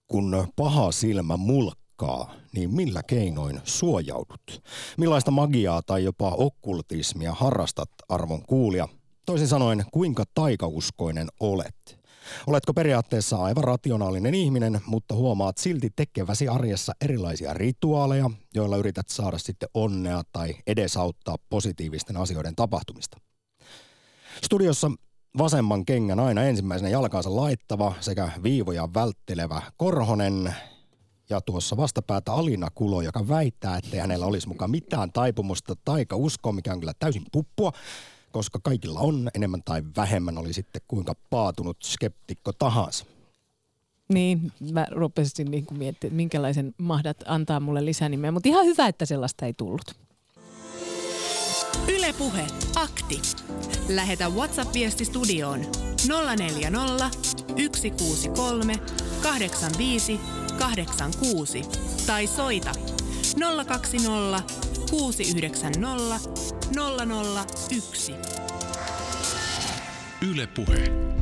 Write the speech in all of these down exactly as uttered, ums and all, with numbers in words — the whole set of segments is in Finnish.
Kun paha silmä mulkkaa, niin millä keinoin suojaudut? Millaista magiaa tai jopa okkultismia harrastat, arvon kuulija? Toisin sanoen, kuinka taikauskoinen olet? Oletko periaatteessa aivan rationaalinen ihminen, mutta huomaat silti tekeväsi arjessa erilaisia rituaaleja, joilla yrität saada sitten onnea tai edesauttaa positiivisten asioiden tapahtumista? Studiossa vasemman kengän aina ensimmäisenä jalkaansa laittava sekä viivoja välttelevä Korhonen ja tuossa vastapäätä Alina Kulo, joka väittää, ettei hänellä olisi mukaan mitään taipumusta taikauskoon, mikä on kyllä täysin puppua, koska kaikilla on enemmän tai vähemmän, oli sitten kuinka paatunut skeptikko tahansa. Niin, mä rupesin niin kuin miettimään, minkälaisen mahdat antaa mulle lisänimeä, mutta ihan hyvä, että sellaista ei tullut. Yle Puhe, akti. Lähetä WhatsApp-viesti studioon nolla neljä nolla, yksi kuusi kolme, kahdeksan viisi, kahdeksan kuusi tai soita nolla kaksi nolla, kuusi yhdeksän nolla, nolla nolla yksi. Yle Puhe.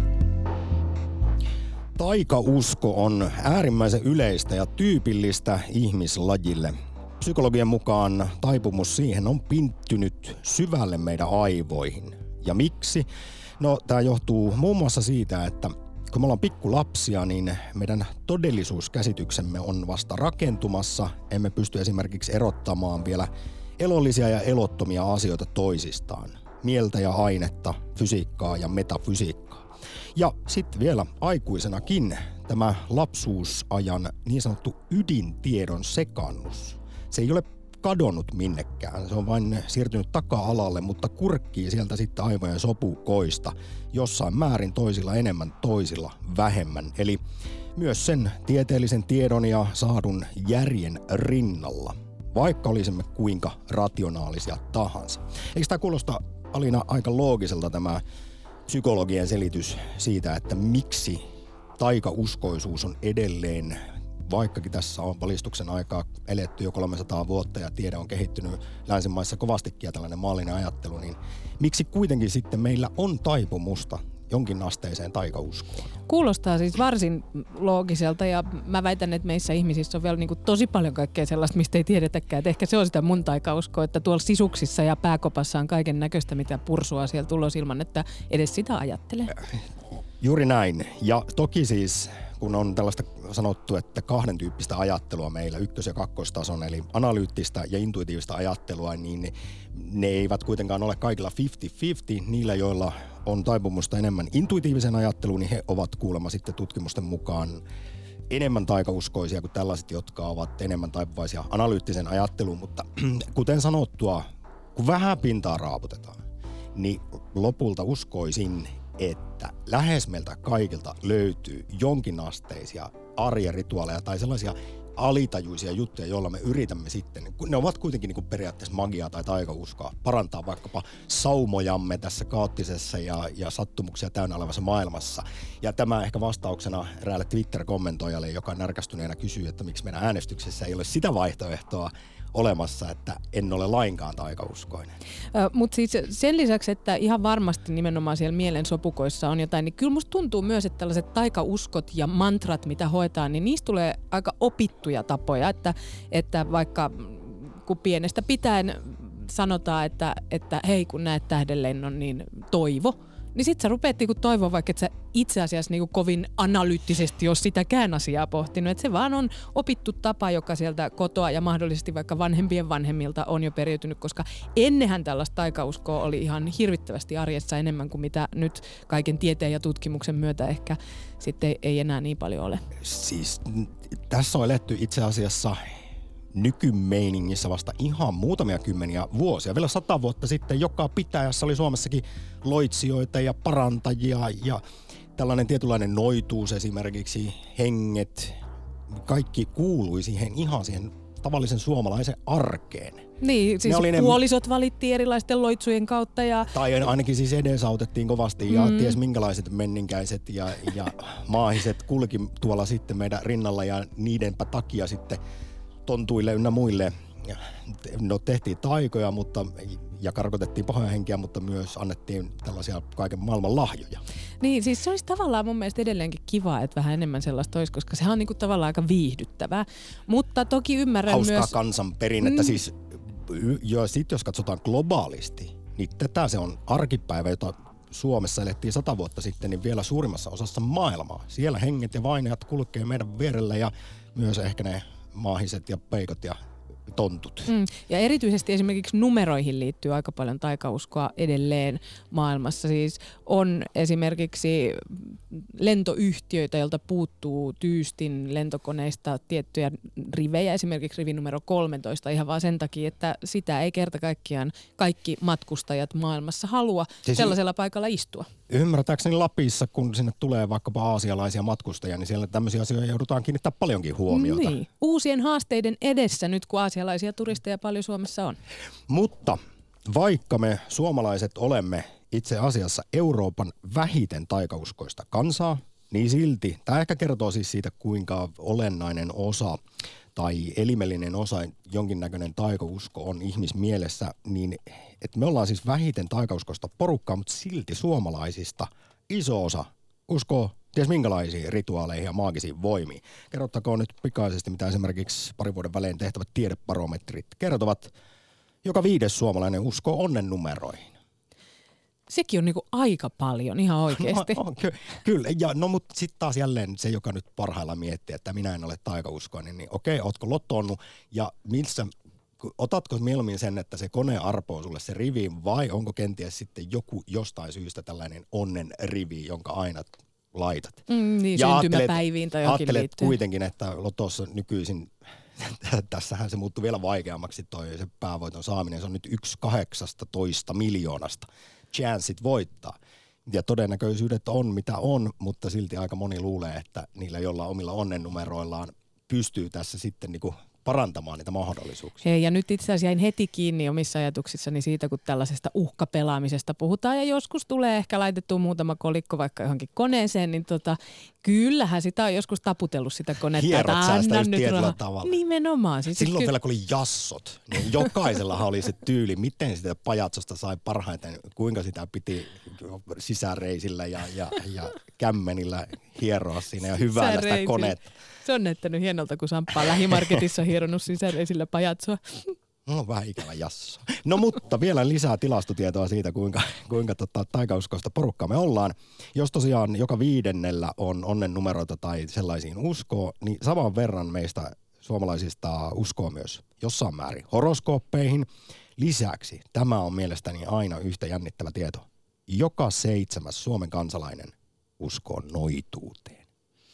Taikausko on äärimmäisen yleistä ja tyypillistä ihmislajille. Psykologian mukaan taipumus siihen on pinttynyt syvälle meidän aivoihin. Ja miksi? No, tämä johtuu muun muassa siitä, että kun me ollaan pikkulapsia, niin meidän todellisuuskäsityksemme on vasta rakentumassa. Emme pysty esimerkiksi erottamaan vielä elollisia ja elottomia asioita toisistaan. Mieltä ja ainetta, fysiikkaa ja metafysiikkaa. Ja sitten vielä aikuisenakin tämä lapsuusajan niin sanottu ydintiedon sekannus. Se ei ole kadonnut minnekään, se on vain siirtynyt taka-alalle, mutta kurkkii sieltä sitten aivojen sopukoista jossain määrin, toisilla enemmän, toisilla vähemmän. Eli myös sen tieteellisen tiedon ja saadun järjen rinnalla, vaikka olisimme kuinka rationaalisia tahansa. Eikö tämä kuulosta, Alina, aika loogiselta tämä psykologien selitys siitä, että miksi taikauskoisuus on edelleen, vaikkakin tässä on valistuksen aikaa eletty jo kolmesataa vuotta ja tiede on kehittynyt länsimaissa kovastikin ja tällainen maallinen ajattelu, niin miksi kuitenkin sitten meillä on taipumusta jonkin asteiseen taikauskoon? Kuulostaa siis varsin loogiselta ja mä väitän, että meissä ihmisissä on vielä niin kuin tosi paljon kaikkea sellaista, mistä ei tiedetäkään. Että ehkä se on sitä mun taikauskoa, että tuolla sisuksissa ja pääkopassa on kaiken näköistä, mitä pursua siellä tulos ilman, että edes sitä ajattelee. Juuri näin. Ja toki siis, kun on tällaista sanottu, että kahden tyyppistä ajattelua meillä, ykkös- ja kakkostason, eli analyyttistä ja intuitiivista ajattelua, niin ne eivät kuitenkaan ole kaikilla viisikymmentä viisikymmentä. Niillä, joilla on taipumusta enemmän intuitiivisen ajatteluun, niin he ovat kuulemma sitten tutkimusten mukaan enemmän taikauskoisia kuin tällaiset, jotka ovat enemmän taipuvaisia analyyttisen ajatteluun. Mutta kuten sanottua, kun vähän pintaa raaputetaan, niin lopulta uskoisin, että lähes meiltä kaikilta löytyy jonkinasteisia arjen rituaaleja tai sellaisia alitajuisia juttuja, joilla me yritämme sitten, ne ovat kuitenkin niin kuin periaatteessa magiaa tai taikauskoa, parantaa vaikkapa saumojamme tässä kaoottisessa ja, ja sattumuksia täynnä olevassa maailmassa. Ja tämä ehkä vastauksena eräälle Twitter-kommentoijalle, joka närkästyneenä kysyy, että miksi meidän äänestyksessä ei ole sitä vaihtoehtoa olemassa, että en ole lainkaan taikauskoinen. Mutta siis sen lisäksi, että ihan varmasti nimenomaan siellä mielen sopukoissa on jotain, niin kyllä musta tuntuu myös, että tällaiset taikauskot ja mantrat, mitä hoetaan, niin niistä tulee aika opittuja tapoja, että, että vaikka kun pienestä pitäen sanotaan, että, että hei kun näet tähdenlennon, niin toivo. Niin sit sä rupeat niinku toivoa, vaikka et sä itse asiassa niinku kovin analyyttisesti ole sitäkään asiaa pohtinut. Että se vaan on opittu tapa, joka sieltä kotoa ja mahdollisesti vaikka vanhempien vanhemmilta on jo periytynyt, koska ennenhän tällaista taikauskoa oli ihan hirvittävästi arjessa enemmän kuin mitä nyt kaiken tieteen ja tutkimuksen myötä ehkä sitten ei enää niin paljon ole. Siis tässä on eletty itse asiassa nykymeiningissä vasta ihan muutamia kymmeniä vuosia. Vielä sata vuotta sitten joka pitäjässä oli Suomessakin loitsijoita ja parantajia ja tällainen tietynlainen noituus esimerkiksi, henget, kaikki kuului siihen ihan siihen tavallisen suomalaisen arkeen. Niin, siis ne puolisot ne valittiin erilaisten loitsujen kautta. Ja tai ainakin siis edesautettiin kovasti ja mm. ties minkälaiset menninkäiset ja, ja maahiset kulki tuolla sitten meidän rinnalla ja niidenpä takia sitten tontuille ynnä muille no tehtiin taikoja mutta, ja karkotettiin pahoja henkiä, mutta myös annettiin tällaisia kaiken maailman lahjoja. Niin, siis se olisi tavallaan mun mielestä edelleenkin kiva, että vähän enemmän sellaista olisi, koska sehän on niinku tavallaan aika viihdyttävää. Mutta toki ymmärrän Hauskaa myös... kansanperinnettä. Mm. Siis, jo, sit jos katsotaan globaalisti, niin tätä se on arkipäivä, jota Suomessa elettiin sata vuotta sitten, niin vielä suurimmassa osassa maailmaa. Siellä henget ja vainajat kulkee meidän vierellä ja myös ehkä ne maahiset ja peikot ja tontut. Mm. Ja erityisesti esimerkiksi numeroihin liittyy aika paljon taikauskoa edelleen maailmassa. Siis on esimerkiksi lentoyhtiöitä, joilta puuttuu tyystin lentokoneista tiettyjä rivejä, esimerkiksi rivi numero kolmetoista, ihan vaan sen takia, että sitä ei kerta kaikkiaan kaikki matkustajat maailmassa halua siis sellaisella paikalla istua. Ymmärtääkseni Lapissa, kun sinne tulee vaikkapa aasialaisia matkustajia, niin siellä tämmöisiä asioita joudutaan kiinnittää paljonkin huomiota. Niin. Uusien haasteiden edessä nyt, kun aasialaisia turisteja paljon Suomessa on. Mutta vaikka me suomalaiset olemme itse asiassa Euroopan vähiten taikauskoista kansaa, niin silti, tämä ehkä kertoo siis siitä, kuinka olennainen osa tai elimellinen osa jonkinnäköinen taikausko on ihmismielessä, niin että me ollaan siis vähiten taikauskoista porukkaa, mutta silti suomalaisista iso osa uskoo ties minkälaisiin rituaaleihin ja maagisiin voimiin. Kerrottakoon nyt pikaisesti, mitä esimerkiksi parin vuoden välein tehtävät tiedebarometrit kertovat. Joka viides suomalainen uskoo onnennumeroihin. Sekin on niinku aika paljon, ihan oikeasti. No, ky- kyllä, ja no mutta sitten taas jälleen se, joka nyt parhaillaan miettii, että minä en ole taikauskoinen, niin okei, ootko lotonnut ja missä, otatko mieluummin sen, että se kone arpoo sulle se riviin vai onko kenties sitten joku jostain syystä tällainen onnen rivi, jonka aina laitat? Mm, niin, ja syntymäpäiviin tai johonkin liittyen. liittyen. Kuitenkin, että lotossa nykyisin, tässähän se muuttuu vielä vaikeammaksi toi se päävoiton saaminen, se on nyt yksi kahdeksastatoista miljoonasta. Chanssit voittaa. Ja todennäköisyydet on mitä on, mutta silti aika moni luulee, että niillä jolla omilla onnennumeroillaan pystyy tässä sitten niinku parantamaan niitä mahdollisuuksia. Hei, ja nyt itse asiassa jäin heti kiinni omissa ajatuksissani siitä, kun tällaisesta uhkapelaamisesta puhutaan ja joskus tulee ehkä laitettua muutama kolikko vaikka johonkin koneeseen, niin tota, kyllähän sitä on joskus taputellut sitä konetta. Hierot sä sitä just tietyllä rahaa. Tavalla. Nimenomaan. Siis Silloin ky- vielä kun oli jassot, niin jokaisellahan oli se tyyli, miten sitä pajatsosta sai parhaiten, kuinka sitä piti sisäreisillä ja, ja, ja kämmenillä hieroa siinä ja hyvällä sitä koneetta. Se on näyttänyt hienolta, kun Samppaa lähimarketissa on hieronut sisäreisillä pajatsoa. No vähän ikävä jasso. No mutta vielä lisää tilastotietoa siitä, kuinka, kuinka tota, taikauskoista porukkaa me ollaan. Jos tosiaan joka viidennellä on onnennumeroita tai sellaisiin uskoo, niin saman verran meistä suomalaisista uskoo myös jossain määrin horoskooppeihin. Lisäksi tämä on mielestäni aina yhtä jännittävä tieto. Joka seitsemäs Suomen kansalainen uskoo noituuteen.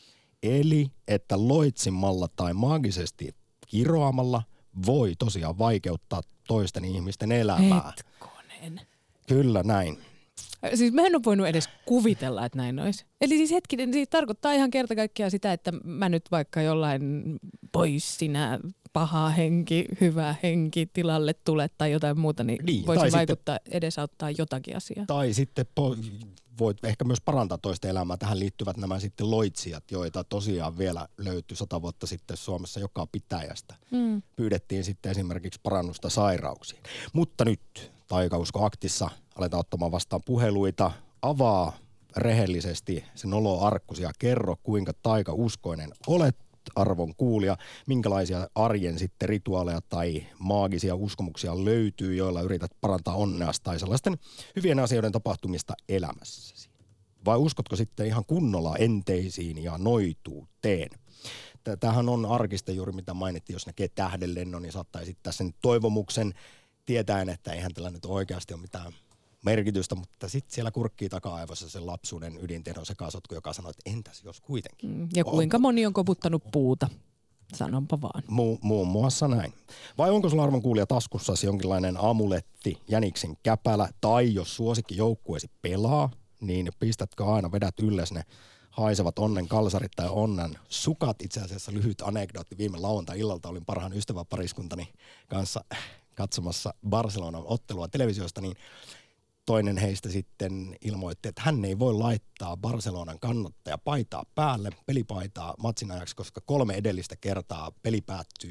Eli että loitsimalla tai maagisesti kiroamalla voi tosiaan vaikeuttaa toisten ihmisten elämää. Hetkonen. Kyllä näin. Siis mä en ole voinut edes kuvitella, että näin olisi. Eli siis hetkinen, siis tarkoittaa ihan kerta kaikkiaan sitä, että mä nyt vaikka jollain pois sinä paha henki, hyvä henki tilalle tule tai jotain muuta, niin, niin voisi vaikuttaa, sitten, edesauttaa jotakin asiaa. Tai sitten po- voit ehkä myös parantaa toista elämää. Tähän liittyvät nämä sitten loitsijat, joita tosiaan vielä löytyi sata vuotta sitten Suomessa joka pitäjästä. Mm. Pyydettiin sitten esimerkiksi parannusta sairauksiin. Mutta nyt Taikausko-aktissa aletaan ottamaan vastaan puheluita. Avaa rehellisesti se nolo-arkkusi ja kerro, kuinka taikauskoinen olet, arvon kuulija, minkälaisia arjen sitten rituaaleja tai maagisia uskomuksia löytyy, joilla yrität parantaa onneas tai sellaisten hyvien asioiden tapahtumista elämässäsi. Vai uskotko sitten ihan kunnolla enteisiin ja noituuteen? Tämähän on arkista juuri mitä mainittiin, jos näkee tähdenlennon, niin saattaa esittää sen toivomuksen tietäen, että eihän tällä nyt oikeasti ole mitään merkitystä, mutta sitten siellä kurkkii taka-aivossa sen lapsuuden ydintiedon sekasotku, joka sanoo, että entäs jos kuitenkin. Ja kuinka on, moni on koputtanut puuta, sanonpa vaan. Mu- muun muassa näin. Vai onko sulla arvon kuulija taskussasi jonkinlainen amuletti, jäniksen käpälä, tai jos suosikki joukkueesi pelaa, niin pistätkö aina, vedät ylles ne haisevat onnen kalsarit tai onnen sukat. Itse asiassa lyhyt anekdootti. Viime lauantai-illalta olin parhaan ystäväpariskuntani kanssa katsomassa Barcelonan ottelua televisiosta, niin toinen heistä sitten ilmoitti, että hän ei voi laittaa Barcelonan kannattaja paitaa päälle, pelipaitaa matsin ajaksi, koska kolme edellistä kertaa peli päättyi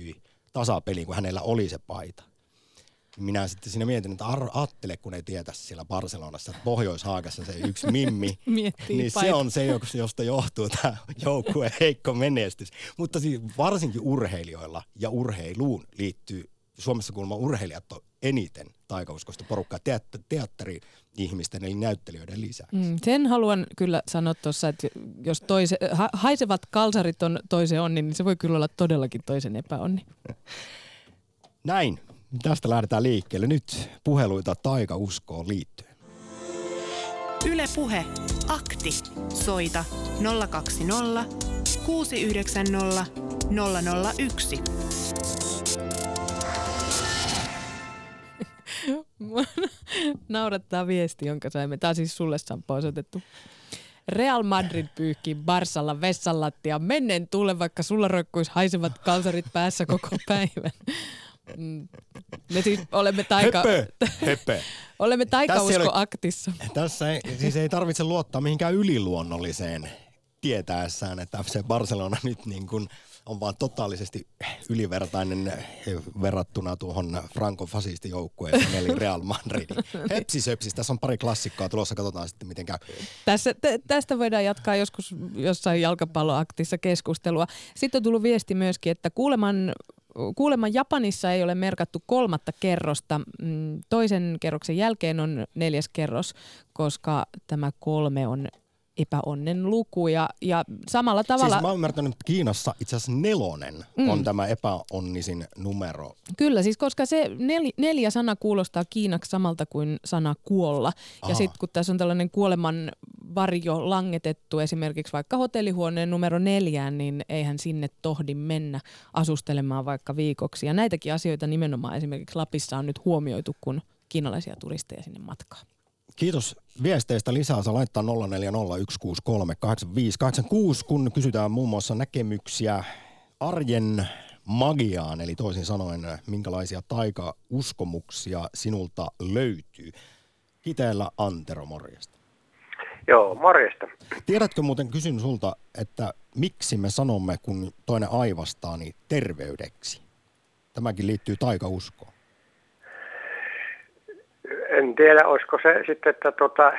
tasapeliin, kun hänellä oli se paita. Minä sitten siinä mietin, että ajattele, kun ei tietä siellä Barcelonassa, että Pohjois-Haagassa se yksi mimmi, niin paita. Se on se, josta johtuu tämä joukkueen heikko menestys. Mutta siis varsinkin urheilijoilla ja urheiluun liittyy, Suomessa kuulemma urheilijat on eniten taikauskoista porukkaa teatteri-ihmisten eli näyttelijöiden lisäksi. Mm, sen haluan kyllä sanoa tuossa, että jos toise, ha, haisevat kalsarit on toisen onni, niin se voi kyllä olla todellakin toisen epäonni. Näin. Tästä lähdetään liikkeelle. Nyt puheluita taikauskoon liittyen. Yle Puhe. Akti. Soita nolla kaksi nolla kuusi yhdeksän nolla nolla nolla yksi. Naurattaa viesti, jonka saimme. Tämä on siis sulle, Sampo, osoitettu. Real Madrid pyyhkii Barsalla vessanlattia. Menneen tuule, vaikka sulla roikkuisi haisevat kalsarit päässä koko päivän. Me siis olemme taika... Höpö, höpö. olemme taikauskoaktissa. Tässä ei, siis ei tarvitse luottaa mihinkään yliluonnolliseen tietäessään, että se Barcelona nyt niin kuin on vaan totaalisesti ylivertainen verrattuna tuohon Franco-fasistijoukkueeseen, eli Real Madridin. Hepsi söpsis, tässä on pari klassikkoa tulossa, katsotaan sitten miten käy. Tässä, t- tästä voidaan jatkaa joskus jossain jalkapalloaktissa keskustelua. Sitten on tullut viesti myöskin, että kuuleman, kuuleman Japanissa ei ole merkattu kolmatta kerrosta. Toisen kerroksen jälkeen on neljäs kerros, koska tämä kolme on epäonnen luku ja, ja samalla tavalla... Siis mä oon ymmärtänyt, että Kiinassa itse asiassa nelonen mm. on tämä epäonnisin numero. Kyllä, siis koska se nel, neljä sana kuulostaa kiinaksi samalta kuin sana kuolla. Aha. Ja sitten kun tässä on tällainen kuoleman varjo langetettu esimerkiksi vaikka hotellihuoneen numero neljään, niin eihän sinne tohdi mennä asustelemaan vaikka viikoksi. Ja näitäkin asioita nimenomaan esimerkiksi Lapissa on nyt huomioitu, kun kiinalaisia turisteja sinne matkaa. Kiitos viesteistä. Lisää saa laittaa nolla neljä nolla yksi kuusi kolme kahdeksan viisi kahdeksan kuusi, kun kysytään muun muassa näkemyksiä arjen magiaan, eli toisin sanoen, minkälaisia taikauskomuksia sinulta löytyy. Kiteellä Antero, morjesta. Joo, morjesta. Tiedätkö muuten, kysyn sulta, että miksi me sanomme, kun toinen aivastaa, niin terveydeksi? Tämäkin liittyy taikauskoon. En tiedä, olisiko se sitten, että tota,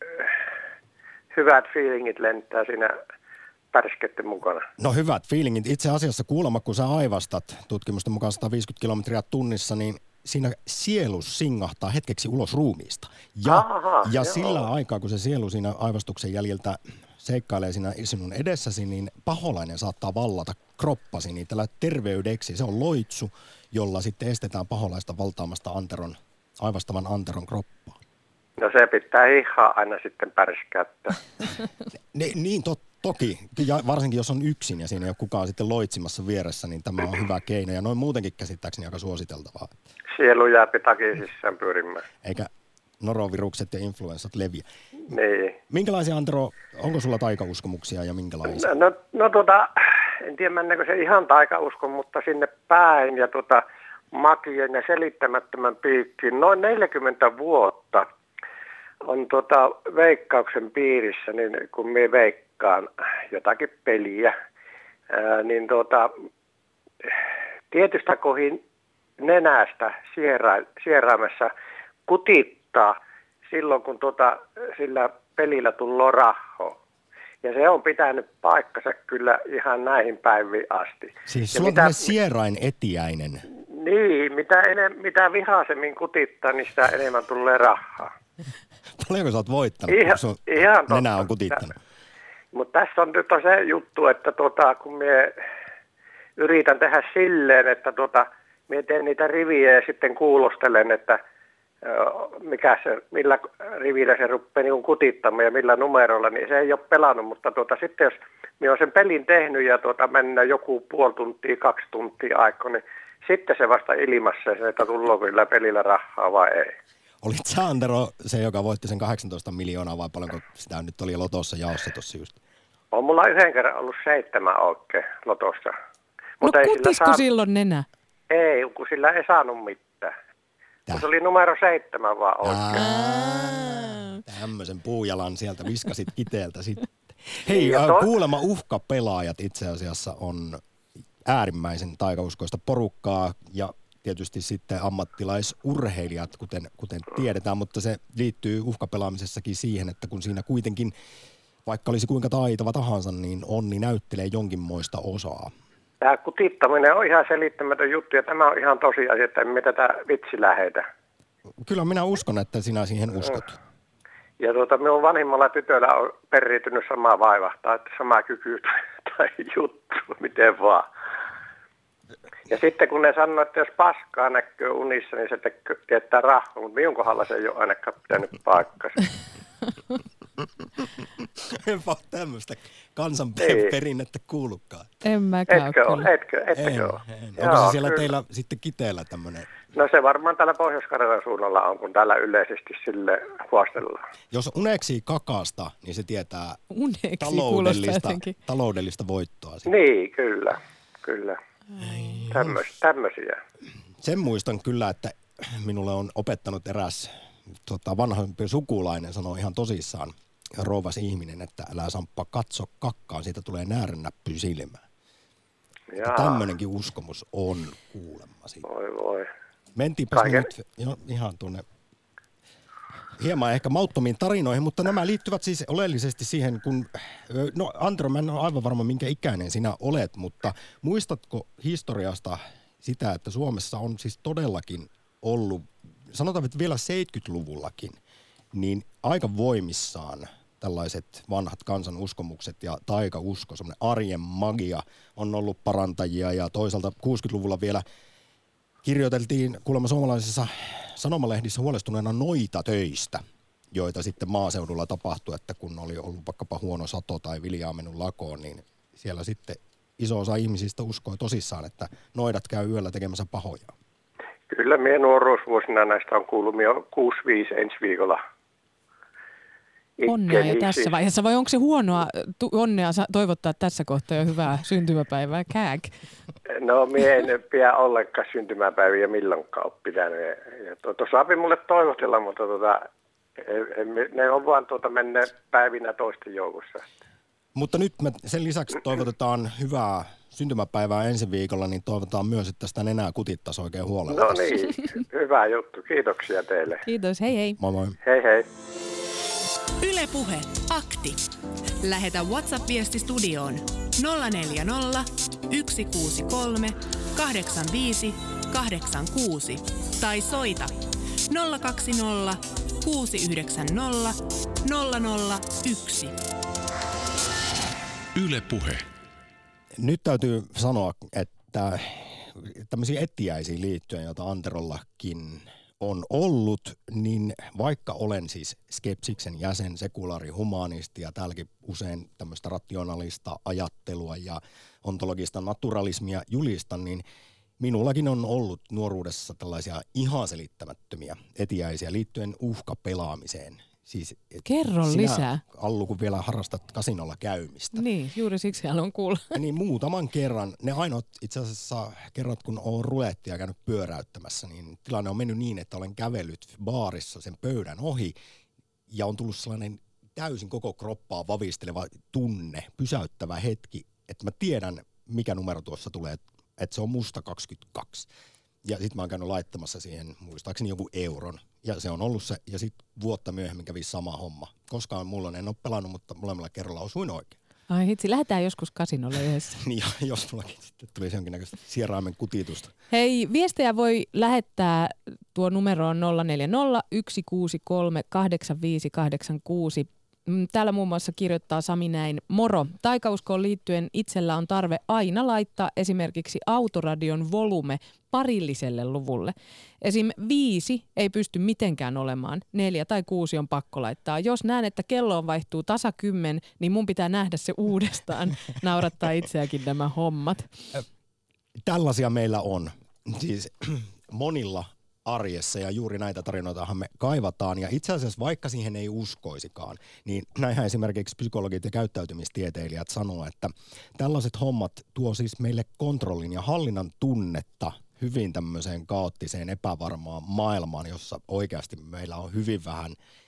hyvät fiilingit lentää siinä pärsketten mukana. No hyvät fiilingit. Itse asiassa kuulemma, kun sä aivastat tutkimusten mukaan sata viisikymmentä kilometriä tunnissa, niin siinä sielu singahtaa hetkeksi ulos ruumiista. Ja, Aha, ja sillä aikaa, kun se sielu siinä aivastuksen jäljiltä seikkailee siinä sinun edessäsi, niin paholainen saattaa vallata kroppasi. Niin tällä terveydeksi se on loitsu, jolla sitten estetään paholaista valtaamasta Anteron aivastavan Anteron kroppaa. No se pitää hihaa aina sitten pärskäyttää. ne, niin to, toki, ja varsinkin jos on yksin ja siinä ei ole kukaan sitten loitsimassa vieressä, niin tämä on hyvä keino ja noin muutenkin käsittääkseni aika suositeltavaa. Sielu jää takia sisään pyörimään. Eikä norovirukset ja influenssat leviä. Niin. Minkälaisia, Antero, onko sulla taikauskomuksia ja minkälaisia? No, no, no tota, en tiedä mennäkö se ihan taikauskon, mutta sinne päin ja tota magien ja selittämättömän piikkiin. Noin neljäkymmentä vuotta on tota Veikkauksen piirissä, niin kun minä veikkaan jotakin peliä, ää, niin tota, tietystä kohin nenästä siera- sieraimessa kutittaa silloin, kun tota, sillä pelillä tulee rahoa. Ja se on pitänyt paikkansa kyllä ihan näihin päiviin asti. Siis sulla on tämmöinen sierain etiäinen. Niin, mitä, enem, mitä vihaisemmin kutittaa, niin sitä enemmän tulee rahaa. Paljonko sä oot voittanut, ihan, kun sun ihan nenä on kutittanut? Mutta tässä on nyt se juttu, että tota, kun minä yritän tehdä silleen, että tota, minä teen niitä rivejä ja sitten kuulostelen, että mikä se, millä rivillä se rupeaa niin kutittamaan ja millä numerolla, niin se ei ole pelannut, mutta tuota, sitten jos minä olen sen pelin tehnyt ja tuota, mennään joku puoli tuntia, kaksi tuntia aikaa, niin sitten se vasta ilmassa se, että tullaan kyllä pelillä rahaa vai ei. Olit sä, Antero, se, joka voitti sen kahdeksantoista miljoonaa vai paljonko sitä nyt oli lotossa jaossa tuossa just? On mulla yhden kerran ollut seitsemän oikein lotossa. Mutta no kutisko saa... silloin nenä? Ei, kun sillä ei saanut mitään. Kun se oli numero seitsemän vaan oikein. Tämmöisen puujalan sieltä viskasit kiteeltä sitten. Hei, to... kuulemma uhkapelaajat itse asiassa on äärimmäisen taikauskoista porukkaa ja tietysti sitten ammattilaisurheilijat, kuten, kuten tiedetään, mutta se liittyy uhkapelaamisessakin siihen, että kun siinä kuitenkin, vaikka olisi kuinka taitava tahansa, niin onni näyttelee jonkinmoista osaa. Tämä kutittaminen on ihan selittämätön juttu ja tämä on ihan tosiasia, että emme tätä vitsi lähetä. Kyllä minä uskon, että sinä siihen uskot. Ja tuota, minun vanhimmalla tytöllä on periytynyt sama vaiva tai sama kyky tai, tai juttu, miten vaan. Ja sitten kun ne sanoo, että jos paskaa näkyy unissa, niin se teettää rahvaa, mutta minun kohdalla se ei ole ainakaan pitänyt paikkansa. Enpä ole tämmöistä kansanperinnettä kuullutkaan. En mäkään etkö kyllä. ole, etkö, etkö En, ole. en. Joo, Onko se siellä kyllä. teillä sitten Kiteellä tämmöinen? No se varmaan täällä Pohjois-Karjalan suunnalla on, kun täällä yleisesti sille huostellaan. Jos uneksii kakasta, niin se tietää Uneksi taloudellista, kuulostaa jotenkin. taloudellista voittoa. Niin, kyllä, kyllä. Tämmöis, tämmöisiä. Sen muistan kyllä, että minulle on opettanut eräs tota, vanhempi sukulainen, sanoi ihan tosissaan, rouvas ihminen, että älä Samppa katso kakkaan, siitä tulee näärännäppy silmään. Tämmöinenkin uskomus on kuulemma siitä. Voi voi. Mentiinpä Kaiken... nyt jo, ihan tuonne hieman ehkä mauttomiin tarinoihin, mutta nämä liittyvät siis oleellisesti siihen, kun, no Antero, mä en ole aivan varma minkä ikäinen sinä olet, mutta muistatko historiasta sitä, että Suomessa on siis todellakin ollut, sanotaan että vielä seitsemänkymmentäluvullakin, niin aika voimissaan tällaiset vanhat kansanuskomukset ja taikausko, semmoinen arjen magia on ollut parantajia ja toisaalta kuusikymmentäluvulla vielä kirjoiteltiin kuulemma suomalaisissa sanomalehdissä huolestuneena noita töistä, joita sitten maaseudulla tapahtui, että kun oli ollut vaikkapa huono sato tai viljaa mennyt lakoon, niin siellä sitten iso osa ihmisistä uskoi tosissaan, että noidat käy yöllä tekemässä pahoja. Kyllä minä nuoruusvuosina näistä on kuullut, minä on kuusi viisi ensi viikolla. Onnea jo tässä vaiheessa, vai onko se huonoa tu- onnea toivottaa tässä kohtaa jo hyvää syntymäpäivää? Kääk. No minä en pidä ollenkaan syntymäpäiviä milloinkaan ole pitänyt. Tuossa saapi mulle toivotella, mutta tuota, ne on vaan tuota menneet päivinä toisten joukossa. Mutta nyt me sen lisäksi toivotetaan hyvää syntymäpäivää ensi viikolla, niin toivotaan myös, että sitä nenää kutittaisi oikein huolella. No niin, hyvä juttu. Kiitoksia teille. Kiitos, hei hei. Moi moi. Hei hei. Yle Puhe, akti. Lähetä WhatsApp-viesti studioon nolla neljä nolla, yksi kuusi kolme, kahdeksan viisi, kahdeksan kuusi tai soita nolla kaksi nolla, kuusi yhdeksän nolla, nolla nolla yksi. Yle Puhe. Nyt täytyy sanoa, että tämmöisiä etiäisiin liittyen, joita Anterollakin on ollut, niin vaikka olen siis skepsiksen jäsen, sekulaari, humanisti ja täälläkin usein tämmöistä rationaalista ajattelua ja ontologista naturalismia julistan, niin minullakin on ollut nuoruudessa tällaisia ihan selittämättömiä etiäisiä liittyen uhkapelaamiseen. Siis, Kerro sinä, lisää. Allu, kun vielä harrastat kasinolla käymistä. Niin, juuri siksi haluan kuulla. Niin muutaman kerran, ne ainoat itse asiassa kerrat, kun olen rulettia käynyt pyöräyttämässä, niin tilanne on mennyt niin, että olen kävellyt baarissa sen pöydän ohi ja on tullut sellainen täysin koko kroppaa vavisteleva tunne, pysäyttävä hetki, että mä tiedän, mikä numero tuossa tulee, että se on musta kaksikymmentäkaksi. Ja sitten mä oon käynyt laittamassa siihen muistaakseni joku euron. Ja se on ollut se, ja sitten vuotta myöhemmin kävi sama homma. Koskaan mulla en ole pelannut, mutta molemmilla kerralla osuin oikein. Ai hitsi, lähdetään joskus kasinolle yhdessä. Niin, jos mullakin sitten tulisi jonkinnäköistä sieraimen kutitusta. Hei, viestejä voi lähettää tuo numeroon nolla neljä nolla, yksi kuusi kolme, kahdeksan viisi kahdeksan kuusi. Täällä muun muassa kirjoittaa Sami näin. Moro. Taikauskoon liittyen itsellä on tarve aina laittaa esimerkiksi autoradion volume parilliselle luvulle. Esim. viisi ei pysty mitenkään olemaan, neljä tai kuusi on pakko laittaa. Jos näen, että kelloon vaihtuu tasa kymmen, niin mun pitää nähdä se uudestaan. Naurattaa itseäkin nämä hommat. Tällaisia meillä on. Siis monilla arjessa ja juuri näitä tarinoitahan me kaivataan ja itse asiassa vaikka siihen ei uskoisikaan, niin näinhän esimerkiksi psykologit ja käyttäytymistieteilijät sanoo, että tällaiset hommat tuo siis meille kontrollin ja hallinnan tunnetta hyvin tämmöiseen kaoottiseen epävarmaan maailmaan, jossa oikeasti meillä on hyvin vähän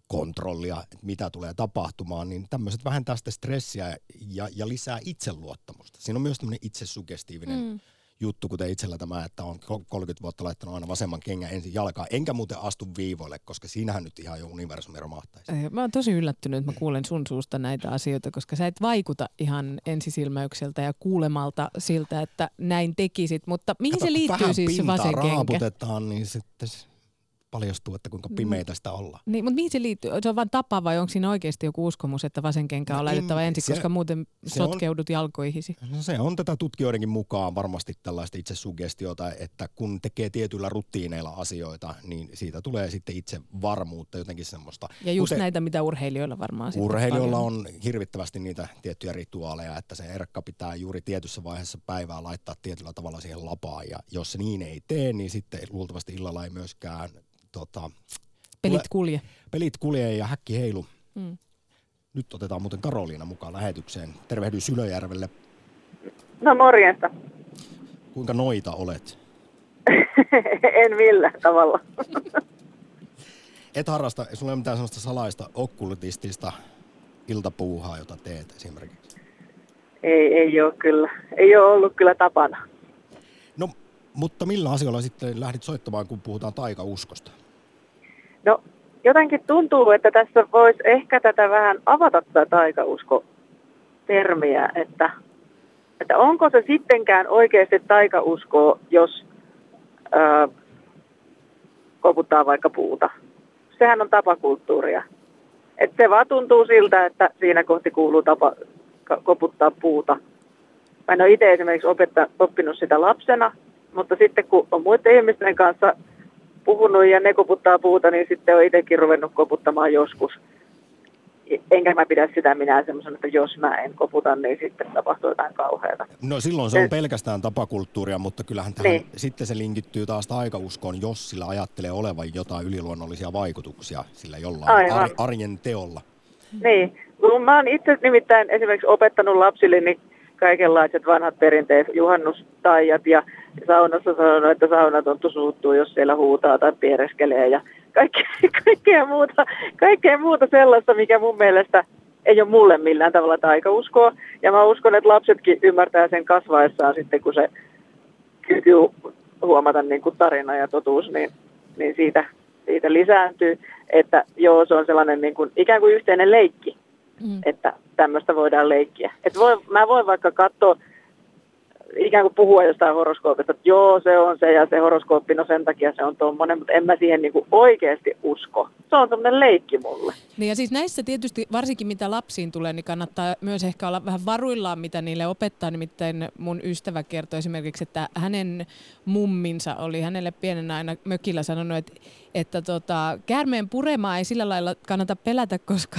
kontrollia, että mitä tulee tapahtumaan, niin tämmöiset vähentää sitä stressiä ja, ja lisää itseluottamusta. Siinä on myös tämmöinen itsesugestiivinen mm. juttu, kuten itsellä tämä, että on kolmekymmentä vuotta laittanut aina vasemman kengän ensin jalkaan, enkä muuten astu viivoille, koska siinähän nyt ihan jo universumi romahtaisi. Mä oon tosi yllättynyt, että mä kuulen sun suusta näitä asioita, koska sä et vaikuta ihan ensisilmäykseltä ja kuulemalta siltä, että näin tekisit, mutta mihin Kato, se liittyy siis se vasen kenkä? raaputetaan, niin sitten paljastuu, että kuinka pimeitä sitä ollaan. Niin, mutta mihin se liittyy? Se on vain tapa vai onko siinä oikeasti joku uskomus, että vasen kenkä on no laitettava ensin, se, koska muuten sotkeudut on, jalkoihisi? No se on tätä tutkijoidenkin mukaan varmasti tällaista itsesugestiota, että kun tekee tietyillä rutiineilla asioita, niin siitä tulee sitten itse varmuutta, jotenkin semmoista. Ja just Kuten, näitä, mitä urheilijoilla varmaan urheilijoilla on hirvittävästi niitä tiettyjä rituaaleja, että se erkka pitää juuri tietyssä vaiheessa päivää laittaa tietyllä tavalla siihen lapaan, ja jos se niin ei tee, niin sitten luultavasti illalla ei myöskään Tota, pelit kulje. Pelit kulje ja häkki heilu. Mm. Nyt otetaan muuten Karoliina mukaan lähetykseen. Tervehdys Ylöjärvelle. No morjesta. Kuinka noita olet? En millään tavalla. Et harrasta, sulla ei ole mitään sellaista salaista okkultistista iltapuuhaa, jota teet esimerkiksi? Ei, ei ole kyllä. Ei ole ollut kyllä tapana. No, mutta millä asioilla sitten lähdit soittamaan, kun puhutaan taikauskosta? No, jotenkin tuntuu, että tässä voisi ehkä tätä vähän avata tätä taikausko-termiä, että, että onko se sittenkään oikeasti taikauskoa, jos ää, koputtaa vaikka puuta. Sehän on tapakulttuuria. Että se vaan tuntuu siltä, että siinä kohti kuuluu tapa koputtaa puuta. Mä en ole itse esimerkiksi opetta, oppinut sitä lapsena, mutta sitten kun on muiden ihmisten kanssa puhunut ja ne koputtaa puuta, niin sitten on itsekin ruvennut koputtamaan joskus. Enkä mä pidä sitä minä semmoisena, että jos mä en koputa, niin sitten tapahtuu jotain kauheata. No silloin se on pelkästään tapakulttuuria, mutta kyllähän tähän niin. Sitten se linkittyy taas taikauskoon, jos sillä ajattelee olevan jotain yliluonnollisia vaikutuksia sillä jollain ar- arjen teolla. Niin, kun mä oon itse nimittäin esimerkiksi opettanut lapsille niin kaikenlaiset vanhat perinteet, juhannustaijat ja saunassa sanonut, että saunatontu suuttuu, jos siellä huutaa tai piereskelee ja kaikkea, kaikkea, muuta, kaikkea muuta sellaista, mikä mun mielestä ei ole mulle millään tavalla taikauskoa. Ja mä uskon, että lapsetkin ymmärtää sen kasvaessaan sitten, kun se kyky huomata niin kuin tarina ja totuus, niin, niin siitä, siitä lisääntyy. Että joo, se on sellainen niin kuin, ikään kuin yhteinen leikki. Mm. Että tämmöistä voidaan leikkiä. Että voi, mä voin vaikka katsoa, ikään kuin puhua jostain horoskoopista, että joo, se on se ja se horoskooppi, no sen takia se on tommoinen, mutta en mä siihen niin kuin oikeasti usko. Se on tommoinen leikki mulle. Niin ja siis näissä tietysti, varsinkin mitä lapsiin tulee, niin kannattaa myös ehkä olla vähän varuillaan, mitä niille opettaa. Nimittäin mun ystävä kertoi esimerkiksi, että hänen mumminsa oli hänelle pienenä aina mökillä sanonut, että, että tota, käärmeen puremaa ei sillä lailla kannata pelätä, koska...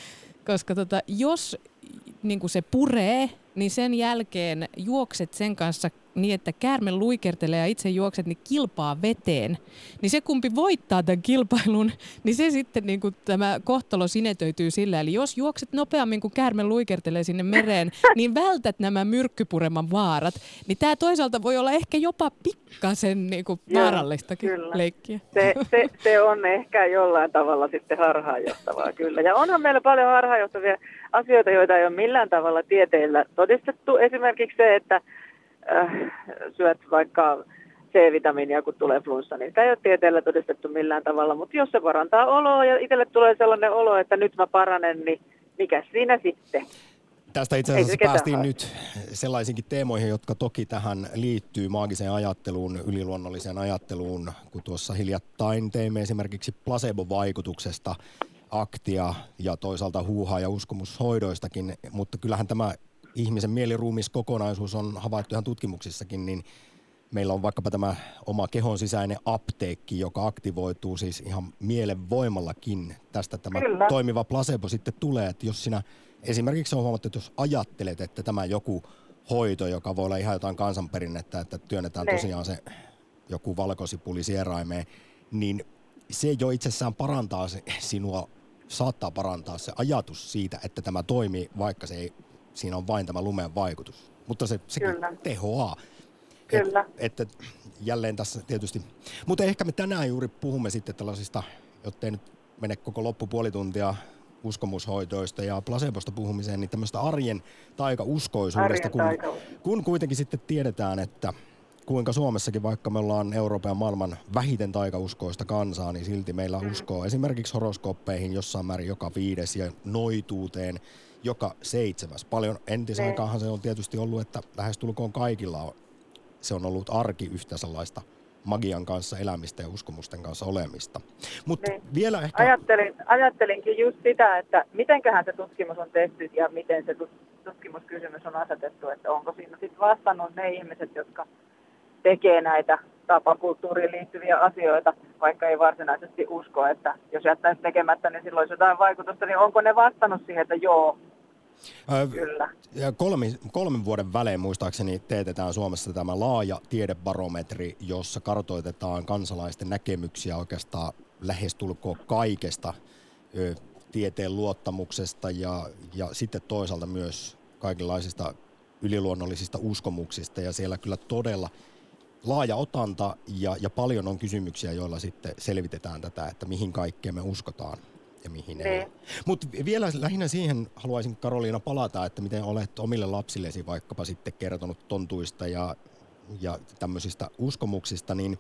Koska tota, jos niin kuin se puree, niin sen jälkeen juokset sen kanssa niin, että käärme luikertelee ja itse juokset, niin kilpaa veteen. Niin se kumpi voittaa tämän kilpailun, niin se sitten niin kuin tämä kohtalo sinetöityy sillä. Eli jos juokset nopeammin kuin käärme luikertelee sinne mereen, niin vältät nämä myrkkypureman vaarat. Niin tämä toisaalta voi olla ehkä jopa pikkasen niin kuin vaarallistakin kyllä. leikkiä. Se, se, se on ehkä jollain tavalla sitten harhaanjohtavaa, kyllä. Ja onhan meillä paljon harhaanjohtavia asioita, joita ei ole millään tavalla tieteellä todistettu. Esimerkiksi se, että äh, syöt vaikka C-vitamiinia, kun tulee flunssa, niin sitä ei ole tieteellä todistettu millään tavalla. Mutta jos se parantaa oloa ja itselle tulee sellainen olo, että nyt mä paranen, niin mikä siinä sitten? Tästä itse asiassa päästiin nyt sellaisinkin teemoihin, jotka toki tähän liittyy maagiseen ajatteluun, yliluonnolliseen ajatteluun, kun tuossa hiljattain teimme esimerkiksi placebo-vaikutuksesta aktia ja toisaalta huuhaa ja uskomushoidoistakin, mutta kyllähän tämä ihmisen mieliruumiskokonaisuus on havaittu ihan tutkimuksissakin, niin meillä on vaikkapa tämä oma kehon sisäinen apteekki, joka aktivoituu siis ihan mielen voimallakin. Tästä tämä Kyllä. toimiva placebo sitten tulee, että jos sinä esimerkiksi on huomattu, että jos ajattelet, että tämä joku hoito, joka voi olla ihan jotain kansanperinnettä, että työnnetään ne. tosiaan se joku valkosipuli sieraimeen, niin se jo itsessään parantaa se, sinua, saattaa parantaa se ajatus siitä, että tämä toimii, vaikka se ei, siinä on vain tämä lumeen vaikutus. Mutta se, se tehoaa. Kyllä. Et, että jälleen tässä tietysti. Mutta ehkä me tänään juuri puhumme sitten tällaisista, jottei nyt mene koko loppupuoli tuntia uskomushoitoista ja placebosta puhumiseen, niin tämmöistä arjen taikauskoisuudesta, kun, kun kuitenkin sitten tiedetään, että kuinka Suomessakin, vaikka me ollaan Euroopan ja maailman vähiten taikauskoista kansaa, niin silti meillä uskoo esimerkiksi horoskooppeihin jossain määrin joka viides ja noituuteen joka seitsemäs. Paljon entisaikaanhan se on tietysti ollut, että lähestulkoon kaikilla on, se on ollut arki yhtä sellaista magian kanssa elämistä ja uskomusten kanssa olemista. Mutta niin. vielä ehkä... Ajattelin, ajattelinkin just sitä, että mitenköhän se tutkimus on tehty ja miten se tutkimuskysymys on asetettu, että onko siinä sitten vastannut ne ihmiset, jotka tekee näitä tapakulttuuriin liittyviä asioita, vaikka ei varsinaisesti usko, että jos jättäisi tekemättä, niin silloin olisi jotain vaikutusta, niin onko ne vastannut siihen, että joo, öö, kyllä. Ja kolme, kolmen vuoden välein muistaakseni teetetään Suomessa tämä laaja tiedebarometri, jossa kartoitetaan kansalaisten näkemyksiä oikeastaan lähestulkoon kaikesta ö, tieteen luottamuksesta ja, ja sitten toisaalta myös kaikenlaisista yliluonnollisista uskomuksista, ja siellä kyllä todella laaja otanta ja, ja paljon on kysymyksiä, joilla sitten selvitetään tätä, että mihin kaikkeen me uskotaan ja mihin ei. Niin. Mutta vielä lähinnä siihen haluaisin, Karoliina, palata, että miten olet omille lapsillesi vaikkapa sitten kertonut tontuista ja, ja tämmöisistä uskomuksista, niin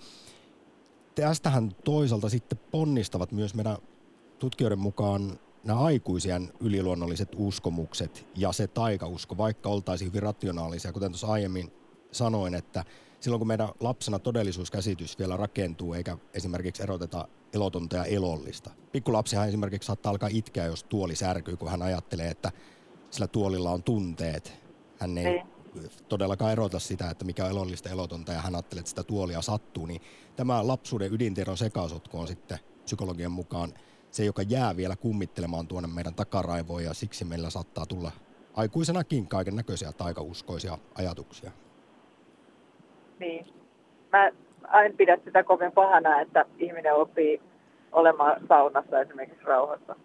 tästähän toisaalta sitten ponnistavat myös meidän tutkijoiden mukaan nämä aikuisien yliluonnolliset uskomukset ja se taikausko, vaikka oltaisiin hyvin rationaalisia, kuten tuossa aiemmin sanoin, että silloin kun meidän lapsena todellisuuskäsitys vielä rakentuu, eikä esimerkiksi eroteta elotonta ja elollista. Pikkulapsihan esimerkiksi saattaa alkaa itkeä, jos tuoli särkyy, kun hän ajattelee, että sillä tuolilla on tunteet. Hän ei Niin. todellakaan erota sitä, että mikä on elollista elotonta, ja hän ajattelee, että sitä tuolia sattuu. Niin tämä lapsuuden ydintiedon sekasotku on sitten psykologian mukaan se, joka jää vielä kummittelemaan tuonne meidän takaraivoon, ja siksi meillä saattaa tulla aikuisenakin kaiken näköisiä taikauskoisia ajatuksia. Niin. Mä en pidä sitä kovin pahana, että ihminen oppii olemaan saunassa esimerkiksi rauhassa.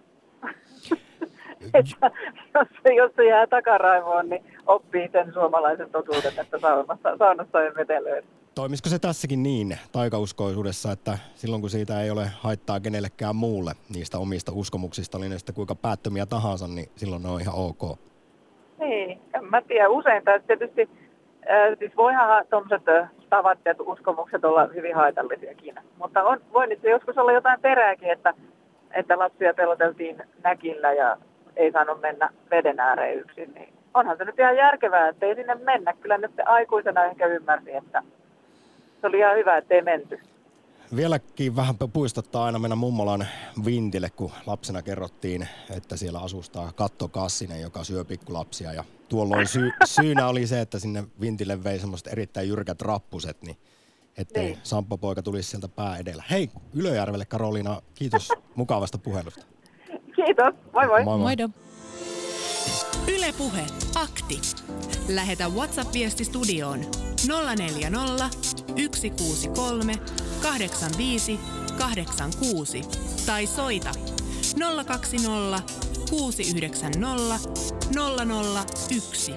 Että jos, se, jos se jää takaraivoon, niin oppii sen suomalaisen totuuden, että saunassa, saunassa ei vetelöidä. Toimisiko se tässäkin niin taikauskoisuudessa, että silloin kun siitä ei ole haittaa kenellekään muulle niistä omista uskomuksista, oli ne sitten kuinka päättömiä tahansa, niin silloin ne on ihan ok? Niin, en mä tiedä. Usein tai tietysti, äh, siis voihan tuommoiset tavat ja uskomukset olla hyvin haitallisiakin. Mutta on, voi nyt joskus olla jotain perääkin, että, että lapsia peloteltiin näkillä ja ei saanut mennä veden ääreen yksin. Niin onhan se nyt ihan järkevää, että ei sinne mennä. Kyllä nyt aikuisena ehkä ymmärsi, että se oli ihan hyvä, että ei menty. Vieläkin vähän puistottaa aina mennä mummolan vintille, kun lapsena kerrottiin, että siellä asustaa Katto Kassinen, joka syö pikkulapsia. Ja tuolloin sy- syynä oli se, että sinne vintille vei semmoiset erittäin jyrkät rappuset, niin ettei niin. Samppapoika tulisi sieltä pää edellä. Hei, Ylöjärvelle, Karoliina, kiitos mukavasta puhelusta. Kiitos, moi moi. Moi moi. Moido. Yle Puhe, akti. Lähetä WhatsApp-viesti studioon nolla neljä nolla, yksi kuusi kolme, kahdeksan viisi, kahdeksan kuusi tai soita nolla kaksi nolla, kuusi yhdeksän nolla, nolla nolla yksi.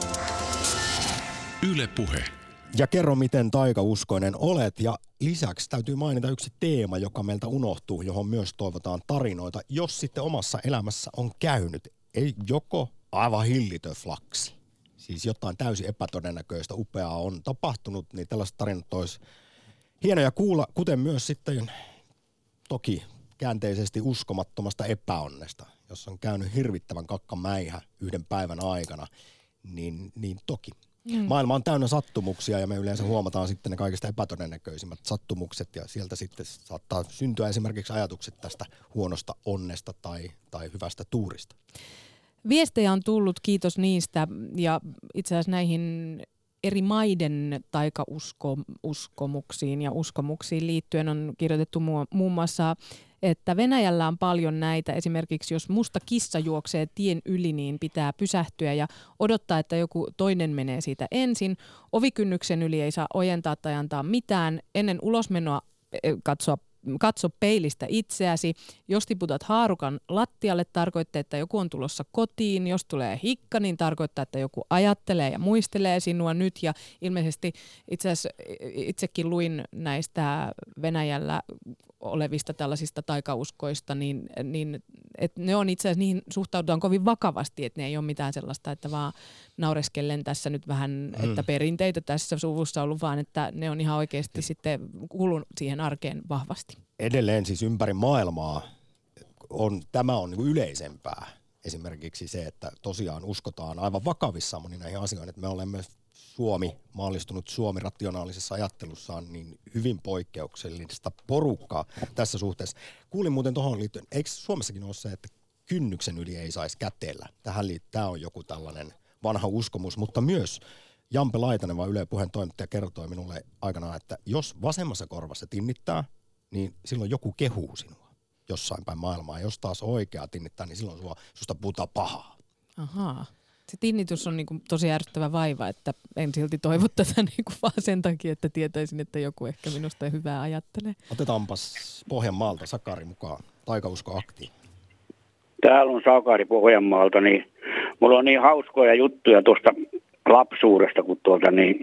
Yle Puhe. Ja kerro, miten taikauskoinen olet, ja lisäksi täytyy mainita yksi teema, joka meiltä unohtuu, johon myös toivotaan tarinoita, jos sitten omassa elämässä on käynyt. Ei joko aivan hillitön flaksi, siis jotain täysin epätodennäköistä, upeaa on tapahtunut, niin tällaiset tarinat olisi hienoja kuulla, kuten myös sitten toki käänteisesti uskomattomasta epäonnesta, jos on käynyt hirvittävän kakkamäihä yhden päivän aikana, niin, niin toki. Mm. Maailma on täynnä sattumuksia ja me yleensä huomataan sitten ne kaikista epätodennäköisimmät sattumukset ja sieltä sitten saattaa syntyä esimerkiksi ajatukset tästä huonosta onnesta tai, tai hyvästä tuurista. Viestejä on tullut, kiitos niistä, ja itse asiassa näihin eri maiden taikauskomuksiin ja uskomuksiin liittyen on kirjoitettu muun muassa, että Venäjällä on paljon näitä. Esimerkiksi jos musta kissa juoksee tien yli, niin pitää pysähtyä ja odottaa, että joku toinen menee siitä ensin. Ovikynnyksen yli ei saa ojentaa tai antaa mitään. Ennen ulosmenoa katsoa Katso peilistä itseäsi. Jos tiputat haarukan lattialle, tarkoittaa, että joku on tulossa kotiin. Jos tulee hikka, niin tarkoittaa, että joku ajattelee ja muistelee sinua nyt. Ja ilmeisesti itse asiassa itsekin luin näistä Venäjällä olevista tällaisista taikauskoista, niin, niin että ne on itse asiassa, niihin suhtaudutaan kovin vakavasti, että ne ei ole mitään sellaista, että vaan naureskellen tässä nyt vähän, mm. että perinteitä tässä suvussa ollut, vaan että ne on ihan oikeasti sitten kuulunut siihen arkeen vahvasti. Edelleen siis ympäri maailmaa on, tämä on niin kuin yleisempää. Esimerkiksi se, että tosiaan uskotaan aivan vakavissaan moni näihin asioihin, että me olemme Suomi, maallistunut Suomi rationaalisessa ajattelussaan niin hyvin poikkeuksellista porukkaa tässä suhteessa. Kuulin muuten tuohon liittyen, eikö Suomessakin ole se, että kynnyksen yli ei saisi kätellä? Tähän liittyen tämä on joku tällainen vanha uskomus, mutta myös Jampe Laitanen, Yle Puheen toimittaja, kertoi minulle aikanaan, että jos vasemmassa korvassa tinnittää, niin silloin joku kehuu sinua jossain päin maailmaa. Jos taas oikea tinnittää, niin silloin sua, susta puhutaan pahaa. Ahaa. Se tinnitys on niinku tosi ärsyttävä vaiva, että en silti toivo tätä niinku vaan sen takia, että tietäisin, että joku ehkä minusta hyvää ajattelee. Otetaanpas Pohjanmaalta Sakari mukaan, Taikausko akti. Täällä on Sakari Pohjanmaalta, niin mulla on niin hauskoja juttuja tuosta lapsuudesta, kun tuolta niin,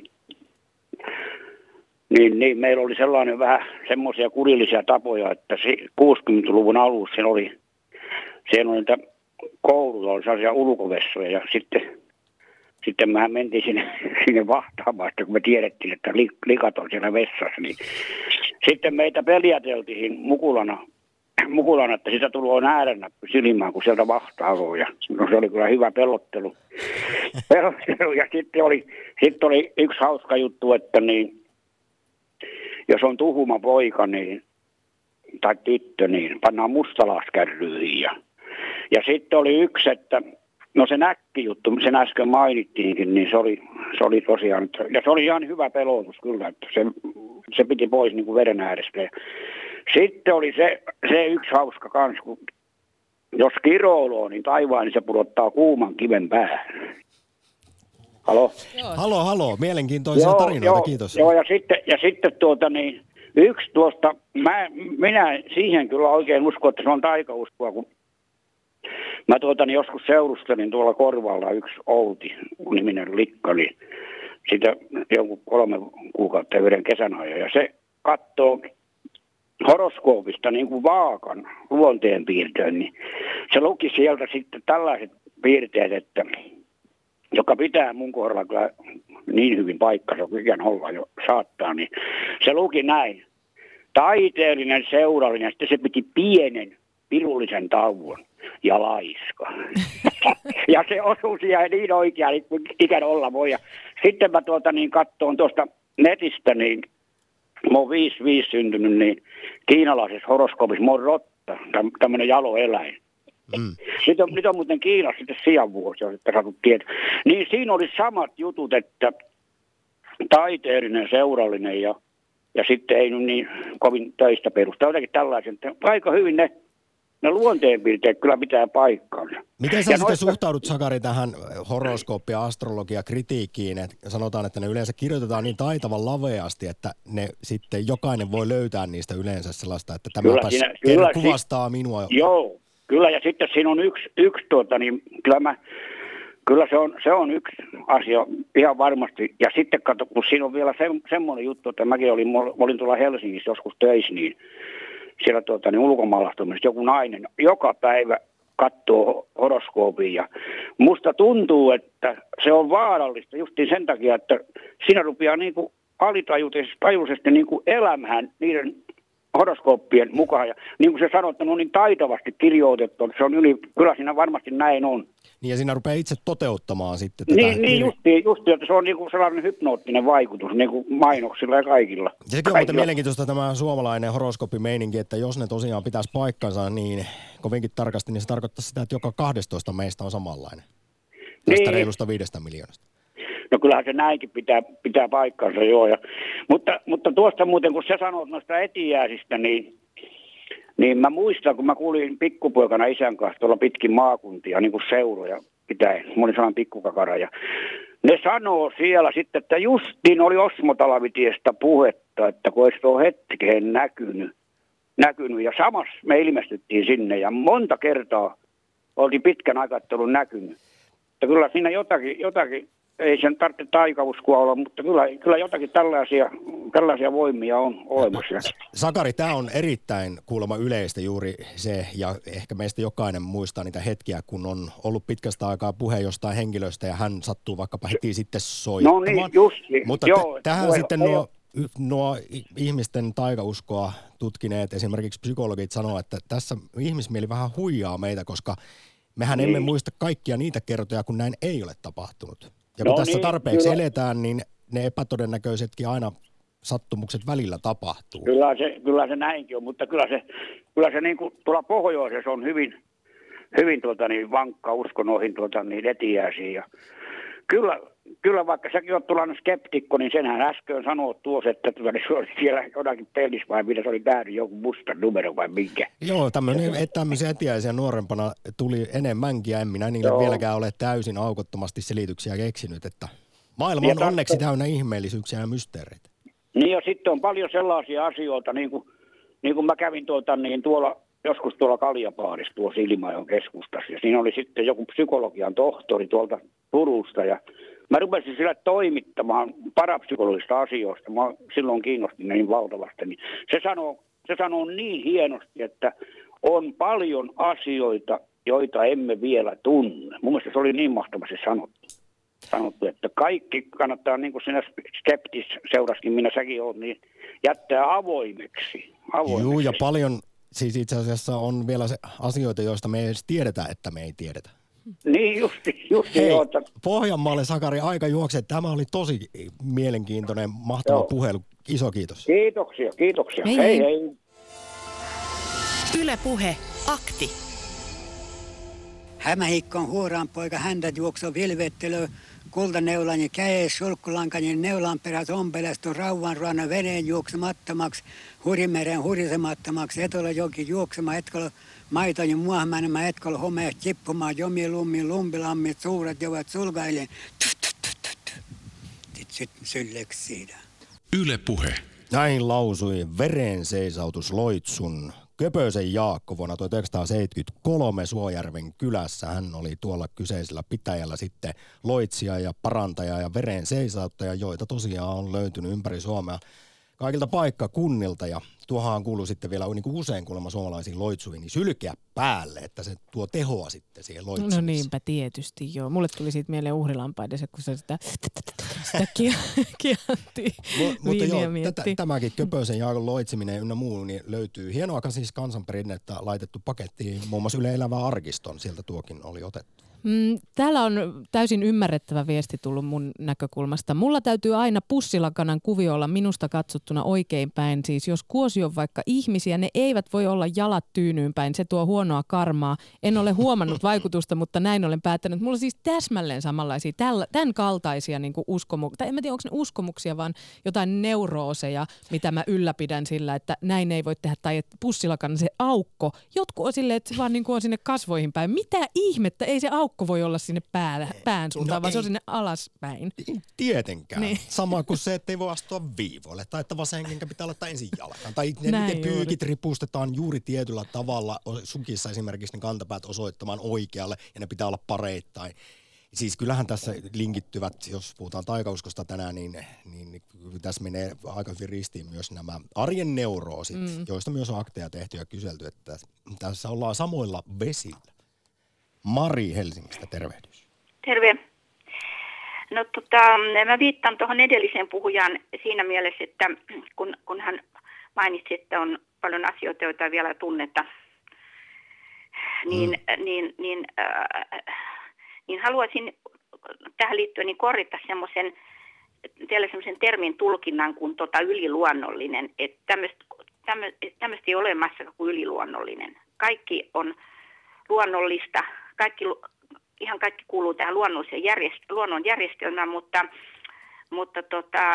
niin, niin meillä oli sellainen vähän semmoisia kurillisia tapoja, että kuusikymmentäluvun alussa siellä oli, siellä oli niitä koululla oli sellaisia ulkovessoja ja sitten, sitten mehän mentiin sinne, sinne vahtaamaan, kun me tiedettiin, että likat on siellä vessassa. Niin sitten meitä peljäteltiin mukulana, mukulana, että sitä tulee äärennäppy silmään, kun sieltä vahtaavoo. Ja no, se oli kyllä hyvä pelottelu. pelottelu. Ja sitten oli, sitten oli yksi hauska juttu, että niin, jos on tuhuma poika niin, tai tyttö, niin pannaan mustalaskärryihin ja Ja sitten oli yksi, että no se näkkijuttu, sen äsken mainittiinkin, niin se oli, se oli tosiaan, ja se oli ihan hyvä pelotus kyllä, että se, se piti pois niin kuin veren äärestä. Sitten oli se, se yksi hauska kans, kun jos kiroiloo, niin taivaan, niin se pudottaa kuuman kiven päähän. Halo? Halo, halo, mielenkiintoisia joo, tarinoita, joo, kiitos. Joo, ja sitten, ja sitten tuota niin, yksi tuosta, mä, minä siihen kyllä oikein uskon, että se on taikauskoa, kun mä tuotani joskus seurustelin tuolla korvalla yksi Outi-niminen likka, niin sitä joku kolme kuukautta veden kesän ajan. Ja se katsoo horoskoopista niin kuin vaakan luonteenpiirteen, niin se luki sieltä sitten tällaiset piirteet, että joka pitää mun kohdalla kyllä niin hyvin paikkansa, kun ikään olla jo saattaa, niin se luki näin. Taiteellinen, seurallinen, sitten se piti pienen, pirullisen tauon ja laiska. Ja se osui siihen niin oikein, niin kuin ikään olla voi. Ja sitten mä tuota niin katsoin tuosta netistä, niin mä oon viisi viisi syntynyt, niin kiinalaisessa horoskoopissa mä oon rotta, tämmönen jaloeläin. Mm. Nyt, on, nyt on muuten Kiinassa sitten sianvuosi, jos ette saatu tietää. Niin siinä oli samat jutut, että taiteellinen, seurallinen ja, ja sitten ei nyt niin kovin töistä perusta. Jotenkin tällaisen, että aika hyvin ne, ne luonteenpiirteet kyllä pitää paikkaansa. Miten sä ja sitten noista... suhtaudut, Sakari, tähän horoskooppi- ja astrologia-kritiikkiin? Että sanotaan, että ne yleensä kirjoitetaan niin taitavan laveasti, että ne sitten jokainen voi löytää niistä yleensä sellaista, että tämäpäs kyllä, kyllä, kuvastaa si- minua. Joo. Kyllä, ja sitten siinä on yksi, yksi tuota, niin kyllä, mä, kyllä se, on, se on yksi asia ihan varmasti. Ja sitten kato, kun siinä on vielä se, semmoinen juttu, että mäkin olin, olin tuolla Helsingissä joskus töissä, niin siellä tuota, niin ulkomaalaistumista joku nainen joka päivä katsoo horoskoopia. Ja musta tuntuu, että se on vaarallista justiin sen takia, että siinä rupeaa niin kuin alitajuisesti niin kuin elämään niiden horoskooppien mukaan. Ja niin kuin se sanoo, että ne on niin taitavasti kirjoitettu, se on yli, kyllä siinä varmasti näin on. Niin ja siinä rupeaa itse toteuttamaan sitten tätä. Niin, niin justiin, justiin, että se on niin kuin sellainen hypnoottinen vaikutus niin kuin mainoksilla ja kaikilla. Ja sekin on muuten mielenkiintoista tämä suomalainen horoskooppimeininki, että jos ne tosiaan pitäisi paikkansa niin kovinkin tarkasti, niin se tarkoittaa sitä, että joka kahdestoista meistä on samanlainen. Tästä niin. Reilusta viidestä miljoonasta. No kyllähän se näinkin pitää, pitää paikkansa, joo. Ja, mutta, mutta tuosta muuten, kun sä sanot noista etiäisistä, niin, niin mä muistan, kun mä kuulin pikkupoikana isän kanssa tuolla pitkin maakuntia, niin kuin seuroja pitäen, moni sanan pikkukakara. Ja ne sanoo siellä sitten, että justiin oli Osmo Talvitiestä puhetta, että kun ei se ole hetkeen näkynyt, näkynyt. Ja samassa me ilmestyttiin sinne ja monta kertaa oltiin pitkän aikattelun näkynyt. Että kyllä siinä jotakin, jotakin ei sen tarvitse taikauskoa olla, mutta kyllä, kyllä jotakin tällaisia tällaisia voimia on olemassa. Sakari, tämä on erittäin kuulemma yleistä juuri se, ja ehkä meistä jokainen muistaa niitä hetkiä, kun on ollut pitkästä aikaa puhe jostain henkilöstä, ja hän sattuu vaikkapa heti sitten soittamaan. No niin, just niin. Mutta Joo, t- tähän voi, sitten ei, nuo, nuo ihmisten taikauskoa tutkineet, esimerkiksi psykologit sanoo, että tässä ihmismieli vähän huijaa meitä, koska mehän niin. emme muista kaikkia niitä kertoja, kun näin ei ole tapahtunut. Ja kun no tässä niin, tarpeeksi kyllä. eletään, niin ne epätodennäköisetkin aina sattumukset välillä tapahtuu. Kyllä se, kyllä se näinkin on, mutta kyllä se, kyllä se niin kuin tuolla pohjoisessa on hyvin, hyvin tuota niin, vankka usko noihin tuota niin, etiäisiin. Ja kyllä, kyllä vaikka säkin olet tuollainen skeptikko, niin senhän äsken sanoi tuossa, että tuota, niin se oli siellä jotakin pelissä vai mitä se oli käynyt, joku mustan numero vai minkä. Joo, tämmöinen, tämmöisiä etiäisiä nuorempana tuli enemmänkin ja en minä niille Joo. vieläkään ole täysin aukottomasti selityksiä keksinyt, että maailma on onneksi täynnä ihmeellisyyksiä ja mysteereitä. Niin ja sitten on paljon sellaisia asioita, niin kuin, niin kuin mä kävin tuota, niin tuolla, joskus tuolla Kaljapaarissa tuossa Ilmajoen keskustassa. Ja siinä oli sitten joku psykologian tohtori tuolta Turusta ja mä rupesin sillä toimittamaan parapsykologista asioista. Mä silloin kiinnostin niin valtavasti. Niin se, sanoo, se sanoo niin hienosti, että on paljon asioita, joita emme vielä tunne. Mun mielestä se oli niin mahtavasti sanottu. sanottu, että kaikki kannattaa, niin kuin sinä skeptis seuraskin, minä säkin olet, niin jättää avoimeksi. avoimeksi. Joo, ja paljon, siis itse asiassa on vielä se asioita, joista me ei edes tiedetä, että me ei tiedetä. Niin, justi, justi. Hei, joo, että... Pohjanmaalle, Sakari, aika juoksee. Tämä oli tosi mielenkiintoinen, mahtava joo. puhelu. Iso kiitos. Kiitoksia, kiitoksia. Hei, hei. hei. hei. Yle Puhe, akti. Hämähikkon huuraan poika häntä juoksoo vilvettelö, kultaneulan ja käes, sulkkulankan ja neulan perät ompelestu rauvan ruona veneen juoksemattomaksi, hurimeren hurisemattomaksi, etolla joki juoksema, etkolla maito ja muohmännämä, etkolla homeet chippumaan, jomi lummi, lumpilammit, suuret jovat sulkailen. Sitten sylleksi siitä. Yle Puhe. Näin lausui veren seisautus Loitsun Köpösen Jaakko vuonna tuhatyhdeksänsataaseitsemänkymmentäkolme Suojärven kylässä. Hän oli tuolla kyseisellä pitäjällä sitten loitsija ja parantaja ja veren seisauttaja, joita tosiaan on löytynyt ympäri Suomea kaikilta paikkakunnilta. Ja tuohan kuuluu sitten vielä niin kuin usein kuulemma suomalaisiin loitsuihin, niin sylkeä päälle, että se tuo tehoa sitten siihen loitsumiseen. No niinpä tietysti, joo. Mulle tuli siitä mieleen uhrilampaiden, kun se sitä, sitä kiantti Mutta joo, mietti. tämäkin Köpösen Jaakon loitsiminen ynnä muu niin löytyy hienoa siis kansanperinnettä laitettu pakettiin, muun muassa Yle Elävä arkiston, sieltä tuokin oli otettu. Mm, täällä on täysin ymmärrettävä viesti tullut mun näkökulmasta. Mulla täytyy aina pussilakanan kuvio olla minusta katsottuna oikein päin. Siis jos kuosi on vaikka ihmisiä, ne eivät voi olla jalat tyynyyn päin. Se tuo huonoa karmaa. En ole huomannut vaikutusta, mutta näin olen päättänyt. Mulla on siis täsmälleen samanlaisia, tämän kaltaisia niin uskomuksia. Tai en mä tiedä, onko ne uskomuksia, vaan jotain neurooseja, mitä mä ylläpidän sillä, että näin ei voi tehdä. Tai että pussilakana se aukko. Jotkut on silleen, että se vaan niin kuin on sinne kasvoihin päin. Mitä ihmettä? Ei se aukko voi olla sinne pää, pään suuntaan, no vaan ei, se on sinne alaspäin. Tietenkään. Niin. Sama kuin se, että ei voi astua viivoille. Tai että vasen kenkä pitää laittaa ensin jalkaan. Tai ne, miten pyykit ripustetaan juuri tietyllä tavalla. Sukissa esimerkiksi ne kantapäät osoittamaan oikealle ja ne pitää olla pareittain. Siis kyllähän tässä linkittyvät, jos puhutaan taikauskosta tänään, niin, niin tässä menee aika hyvin ristiin myös nämä arjen neuroosit, mm. joista myös on akteja tehty ja kyselty, että tässä ollaan samoilla vesillä. Mari Helsingistä, tervehdys. Terve. No tota, mä viittaan tuohon edelliseen puhujaan siinä mielessä, että kun, kun hän mainitsi, että on paljon asioita, joita ei vielä tunneta, niin, mm. niin, niin, äh, niin haluaisin tähän liittyen niin korjata semmoisen, teille semmoisen termin tulkinnan kuin tota yliluonnollinen, että tämmöistä, tämmöistä ei ole olemassa kuin yliluonnollinen. Kaikki on luonnollista. Kaikki, ihan kaikki kuuluu tähän järjest, luonnon järjestelmään, mutta, mutta, tota,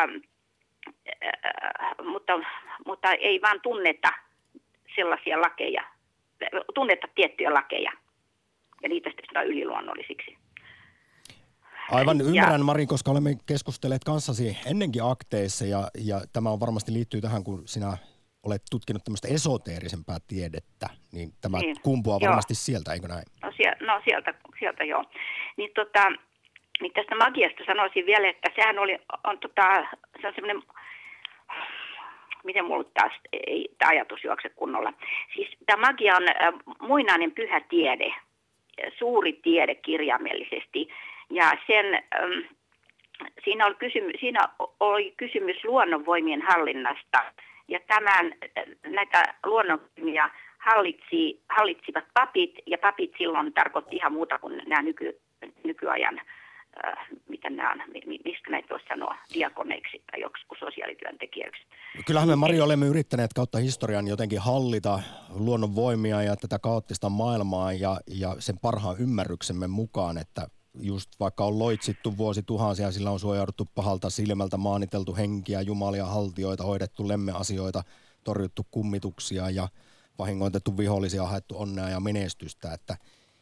äh, mutta, mutta ei vaan tunneta sellaisia lakeja, tunneta tiettyjä lakeja ja niitä sitten yliluonnollisiksi. Aivan ymmärrän, ja, Mari, koska olemme keskustelleet kanssasi ennenkin akteissa ja, ja tämä on varmasti liittyy tähän, kun sinä olet tutkinut tämmöistä esoteerisempää tiedettä, niin tämä niin, kumpuaa joo. varmasti sieltä, eikö näin? No, sie, no sieltä, sieltä joo. Niin, tota, niin tästä magiasta sanoisin vielä, että sehän oli, on, tota, se on semmoinen miten mulla taas ei tämä ajatus juokse kunnolla. Siis tämä magia on äh, muinainen pyhä tiede, suuri tiede kirjaimellisesti, ja sen, ähm, siinä, oli kysymys, siinä oli kysymys luonnonvoimien hallinnasta, ja tämän, näitä luonnonvoimia hallitsi, hallitsivat papit, ja papit silloin tarkoitti ihan muuta kuin nämä nyky, nykyajan, äh, mitä nämä on, mistä näitä voisi sanoa, diakoneiksi tai joksikin sosiaalityöntekijäksi. Kyllähän me, Mari, olemme yrittäneet kautta historian jotenkin hallita luonnonvoimia ja tätä kaoottista maailmaa ja, ja sen parhaan ymmärryksemme mukaan, että just vaikka on loitsittu vuosituhansia, sillä on suojauduttu pahalta silmältä, maaniteltu henkiä, jumalia, haltioita, hoidettu lemmeasioita, torjuttu kummituksia ja vahingoitettu vihollisia, haettu onnea ja menestystä. Että,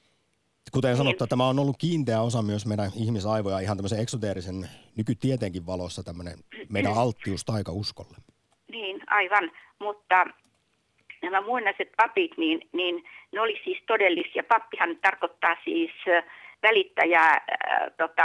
kuten sanottu, tämä on ollut kiinteä osa myös meidän ihmisaivoja ihan tämmöisen eksoteerisen nykytieteenkin valossa tämmöinen meidän alttius taikauskolle. Niin, aivan, mutta nämä muinaiset papit, niin, niin ne oli siis todellisia. Pappihan tarkoittaa siis välittäjää äh, tota,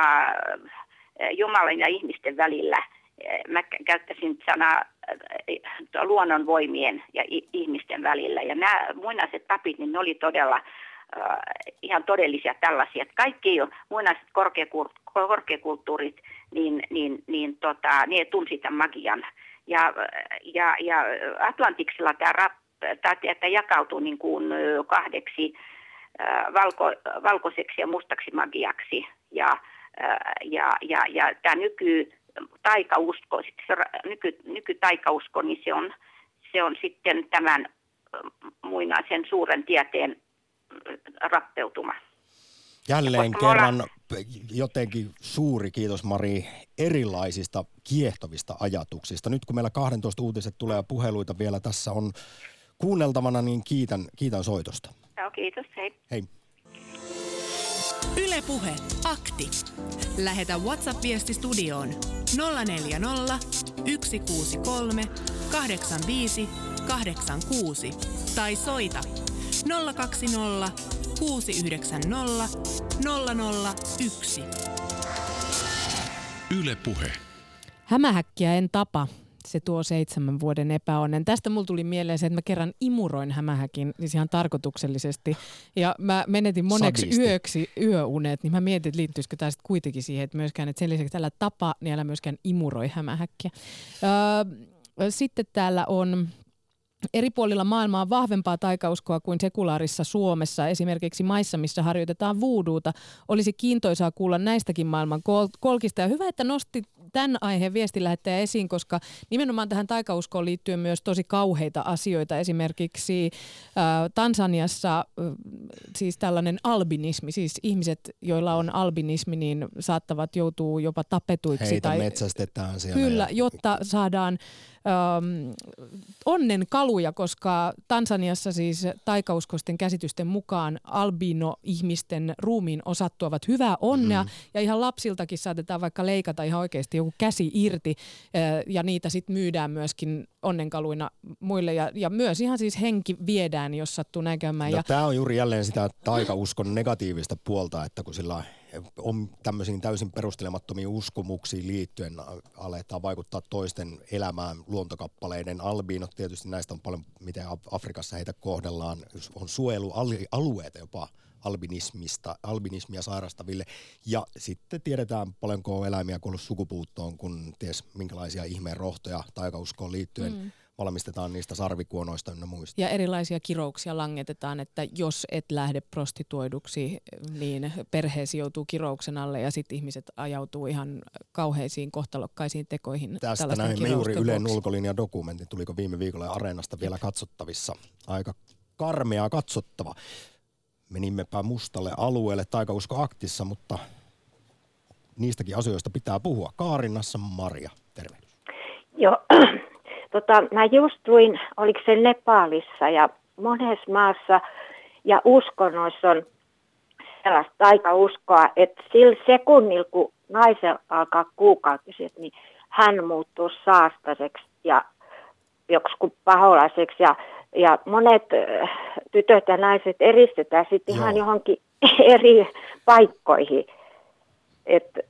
Jumalan ja ihmisten välillä. Mä käyttäisin sanaa äh, luonnonvoimien ja i- ihmisten välillä. Ja nämä muinaiset papit, niin ne oli todella äh, ihan todellisia tällaisia. Että kaikki muinaiset korkeakult- korkeakulttuurit, niin, niin, niin tota, ne tunsi tämän magian. Ja, ja, ja Atlantiksella tämä, rap, tämä jakautui niin kuin kahdeksi, valko, valkoiseksi ja mustaksi magiaksi. Ja, ja, ja, ja tämä nyky taikausko, nyky, nykytaikausko, niin se on, se on sitten tämän muinaisen suuren tieteen rappeutuma. Jälleen kerran jotenkin suuri kiitos, Mari, erilaisista kiehtovista ajatuksista. Nyt kun meillä kaksitoista uutiset tulee ja puheluita vielä tässä on kuunneltavana, niin kiitän, kiitän soitosta. Joo, kiitos, hei. Hei. Yle Puhe, akti. Lähetä WhatsApp-viesti studioon nolla neljä nolla, yksi kuusi kolme, kahdeksan viisi, kahdeksan kuusi tai soita nolla kaksi nolla, kuusi yhdeksän nolla, nolla nolla yksi. Yle Puhe. Hämähäkkiä en tapa. Se tuo seitsemän vuoden epäonnen. Tästä mulla tuli mieleen se, että mä kerran imuroin hämähäkin, siis ihan tarkoituksellisesti. Ja mä menetin moneksi Sadisti. yöksi yöunet, niin mä mietin, että liittyisikö tämä sitten kuitenkin siihen, että myöskään, että sen lisäksi tällä tapa, niin älä myöskään imuroi hämähäkkiä. Öö, sitten täällä on eri puolilla maailmaa on vahvempaa taikauskoa kuin sekulaarissa Suomessa. Esimerkiksi maissa, missä harjoitetaan voodoota, olisi kiintoisaa kuulla näistäkin maailman kol- kolkista. Ja hyvä, että nosti tämän aiheen viestilähettäjä esiin, koska nimenomaan tähän taikauskoon liittyy myös tosi kauheita asioita. Esimerkiksi äh, Tansaniassa äh, siis tällainen albinismi, siis ihmiset, joilla on albinismi, niin saattavat joutua jopa tapetuiksi. Heitä tai metsästetään siellä. Kyllä, ja jotta saadaan Um, onnen kaluja, koska Tansaniassa siis taikauskoisten käsitysten mukaan albino-ihmisten ruumiin osat tuovat hyvää onnea mm. ja ihan lapsiltakin saatetaan vaikka leikata ihan oikeasti joku käsi irti ja niitä sitten myydään myöskin onnenkaluina muille ja, ja myös ihan siis henki viedään, jos sattuu näin käymään. No, ja tämä on juuri jälleen sitä taikauskon negatiivista puolta, että kun sillä on tämmöisiin täysin perustelemattomiin uskomuksiin liittyen aletaan vaikuttaa toisten elämään, luontokappaleiden albiinot. Tietysti näistä on paljon, miten Afrikassa heitä kohdellaan. On suojelualueita jopa albinismista, albinismia sairastaville. Ja sitten tiedetään paljonko on eläimiä kuollut sukupuuttoon, kun ties minkälaisia ihmeen rohtoja taikauskoon liittyen mm. valmistetaan niistä sarvikuonoista ynnä muista. Ja erilaisia kirouksia langetetaan, että jos et lähde prostituoiduksi, niin perheesi joutuu kirouksen alle ja sitten ihmiset ajautuu ihan kauheisiin kohtalokkaisiin tekoihin. Tästä näimme juuri Ylen ulkolinjan dokumentin, tuliko viime viikolla Areenasta vielä katsottavissa. Aika karmea katsottava. Menimmepä mustalle alueelle taikauskoaktissa, mutta niistäkin asioista pitää puhua. Kaarinnassa Maria, tervehdys. Joo. Tota, mä just luin, oliko se Nepalissa ja monessa maassa ja uskonnoissa on sellaista taikauskoa, että sillä sekunnilla, kun naisella alkaa kuukautiset, niin hän muuttuu saastaiseksi ja joksikin paholaiseksi ja, ja monet tytöt ja naiset eristetään sitten ihan johonkin eri paikkoihin. Et,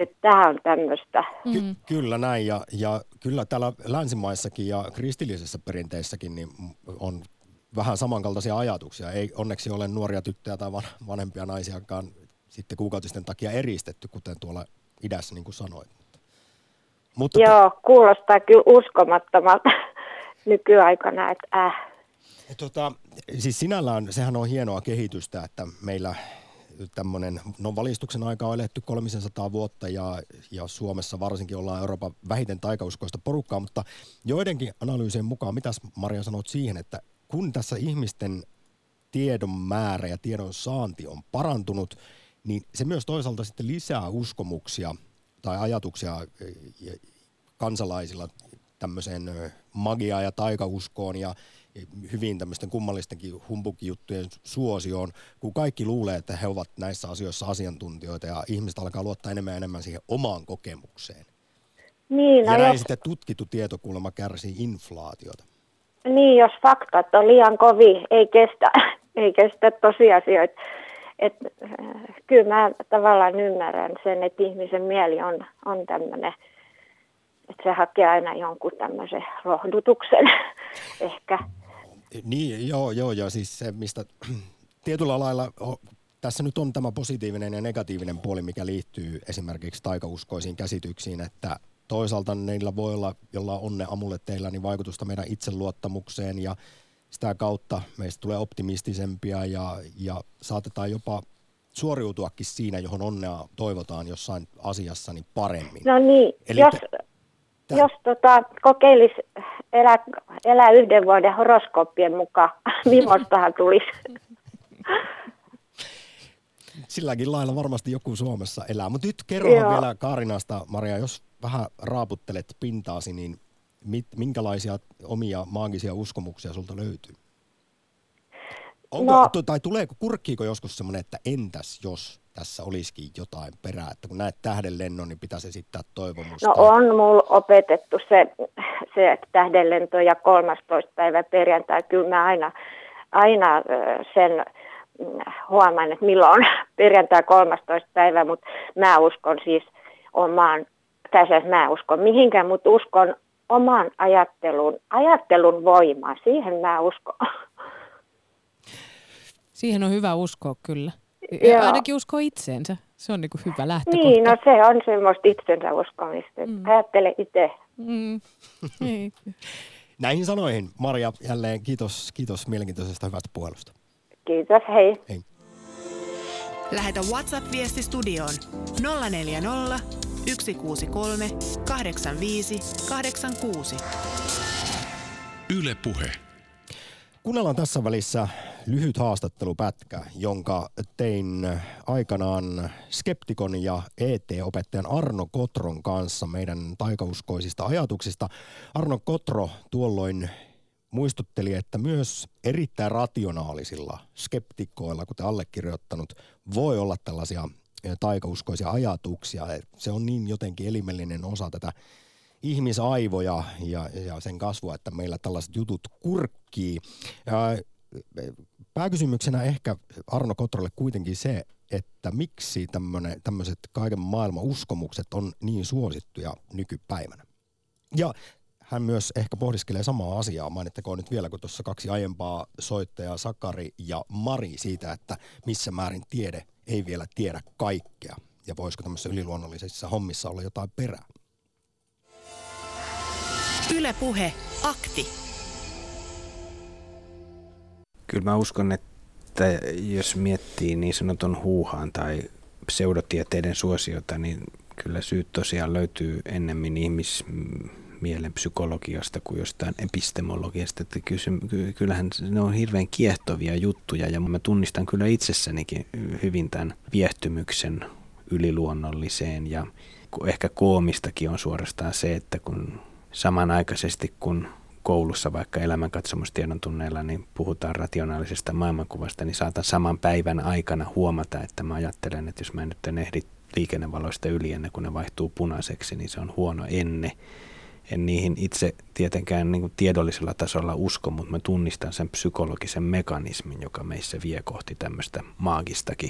että tämä on tämmöistä. Ky- kyllä näin, ja, ja kyllä täällä länsimaissakin ja kristillisessä perinteissäkin niin on vähän samankaltaisia ajatuksia. Ei onneksi ole nuoria tyttöjä tai van, vanhempia naisiakaan sitten kuukautisten takia eristetty, kuten tuolla idässä, niin kuin sanoit. Mutta Joo, te... kuulostaa kyllä uskomattomalta nykyaikana, että äh. Tota, siis sinällään sehän on hienoa kehitystä, että meillä tämmöinen, no valistuksen aika on eletty kolmisensataa vuotta ja, ja Suomessa varsinkin ollaan Euroopan vähiten taikauskoista porukkaa, mutta joidenkin analyysien mukaan, mitäs Maria sanot siihen, että kun tässä ihmisten tiedon määrä ja tiedon saanti on parantunut, niin se myös toisaalta sitten lisää uskomuksia tai ajatuksia kansalaisilla tämmöiseen magiaa ja taikauskoon ja hyvin tämmöisten kummallistenkin humbukijuttujen suosioon, kun kaikki luulee, että he ovat näissä asioissa asiantuntijoita ja ihmiset alkaa luottaa enemmän ja enemmän siihen omaan kokemukseen. Niin, ja no näin jos... sitten tutkittu tietokuulemma kärsii inflaatiota. Niin, jos faktat on liian kovin, ei kestä, ei kestä tosiasioita. Et, äh, kyllä mä tavallaan ymmärrän sen, että ihmisen mieli on, on tämmöinen, että se hakee aina jonkun tämmöisen lohdutuksen ehkä. Niin, joo, joo, ja siis se, mistä tietyllä lailla tässä nyt on tämä positiivinen ja negatiivinen puoli, mikä liittyy esimerkiksi taikauskoisiin käsityksiin, että toisaalta niillä voi olla jollain onneamuletteilla niin vaikutusta meidän itseluottamukseen ja sitä kautta meistä tulee optimistisempia ja, ja saatetaan jopa suoriutuakin siinä, johon onnea toivotaan jossain asiassa niin paremmin. No niin, Eli jos, te, jos tota, kokeilisi elää, elää yhden vuoden horoskooppien mukaan, millaistahan tulisi? Silläkin lailla varmasti joku Suomessa elää. Mutta nyt kerrohan vielä Kaarinasta, Maria, jos vähän raaputtelet pintaasi, niin mit, minkälaisia omia maagisia uskomuksia sulta löytyy? Onko, no, tai tuleeko, kurkkiiko joskus semmoinen, että entäs jos tässä olisikin jotain perää, että kun näet tähdenlennon, niin pitäisi esittää toivomusta? No on mulla opetettu se, se tähdenlento ja kolmastoista päivä perjantai. Kyllä mä aina, aina sen huomaan, että milloin on perjantai kolmastoista päivä, mutta mä uskon siis omaan, tässä mä uskon mihinkään, mutta uskon omaan ajattelun, ajattelun voimaan. Siihen mä uskon. Siihen on hyvä uskoa kyllä. Joo. Ainakin uskoo itseensä. Se on niin kuin hyvä lähtökohta. Niin, no se on semmoista itsensä uskomista. Mm. Ajattele itse. Mm. Näihin sanoihin, Maria, jälleen kiitos, kiitos mielenkiintoisesta hyvästä puhelusta. Kiitos, hei. Hei. Lähetä WhatsApp-viesti studioon nolla neljä nolla, yksi kuusi kolme, kahdeksan viisi, kahdeksan kuusi. Yle Puhe. Kuunnellaan tässä välissä lyhyt haastattelupätkä, jonka tein aikanaan skeptikon ja E T-opettajan Arno Kotron kanssa meidän taikauskoisista ajatuksista. Arno Kotro tuolloin muistutteli, että myös erittäin rationaalisilla skeptikoilla, kuten allekirjoittanut, voi olla tällaisia taikauskoisia ajatuksia. Se on niin jotenkin elimellinen osa tätä ihmisaivoja ja, ja sen kasvua, että meillä tällaiset jutut kurkkii. Ja pääkysymyksenä ehkä Arno Kotrolle kuitenkin se, että miksi tämmöiset kaiken maailman uskomukset on niin suosittuja nykypäivänä. Ja hän myös ehkä pohdiskelee samaa asiaa. Mainittakoon nyt vielä, kun tuossa kaksi aiempaa soittajaa, Sakari ja Mari, siitä, että missä määrin tiede ei vielä tiedä kaikkea. Ja voisiko tämmöisissä yliluonnollisissa hommissa olla jotain perää. Yle Puhe, akti. Kyllä mä uskon, että jos miettii niin sanotun huuhaan tai pseudotieteiden suosiota, niin kyllä syyt tosiaan löytyy ennemmin ihmismielen psykologiasta kuin jostain epistemologiasta. Että kyllähän ne on hirveän kiehtovia juttuja ja mä tunnistan kyllä itsessänikin hyvin tämän viehtymyksen yliluonnolliseen ja ehkä koomistakin on suorastaan se, että kun samanaikaisesti kun koulussa vaikka elämänkatsomustiedon tunneilla niin puhutaan rationaalisesta maailmankuvasta, niin saatan saman päivän aikana huomata, että mä ajattelen, että jos mä nyt en ehdi liikennevaloista yli ennen kuin ne vaihtuu punaiseksi, niin se on huono enne. En niihin itse tietenkään niin kuin tiedollisella tasolla usko, mutta mä tunnistan sen psykologisen mekanismin, joka meissä vie kohti tämmöistä maagistakin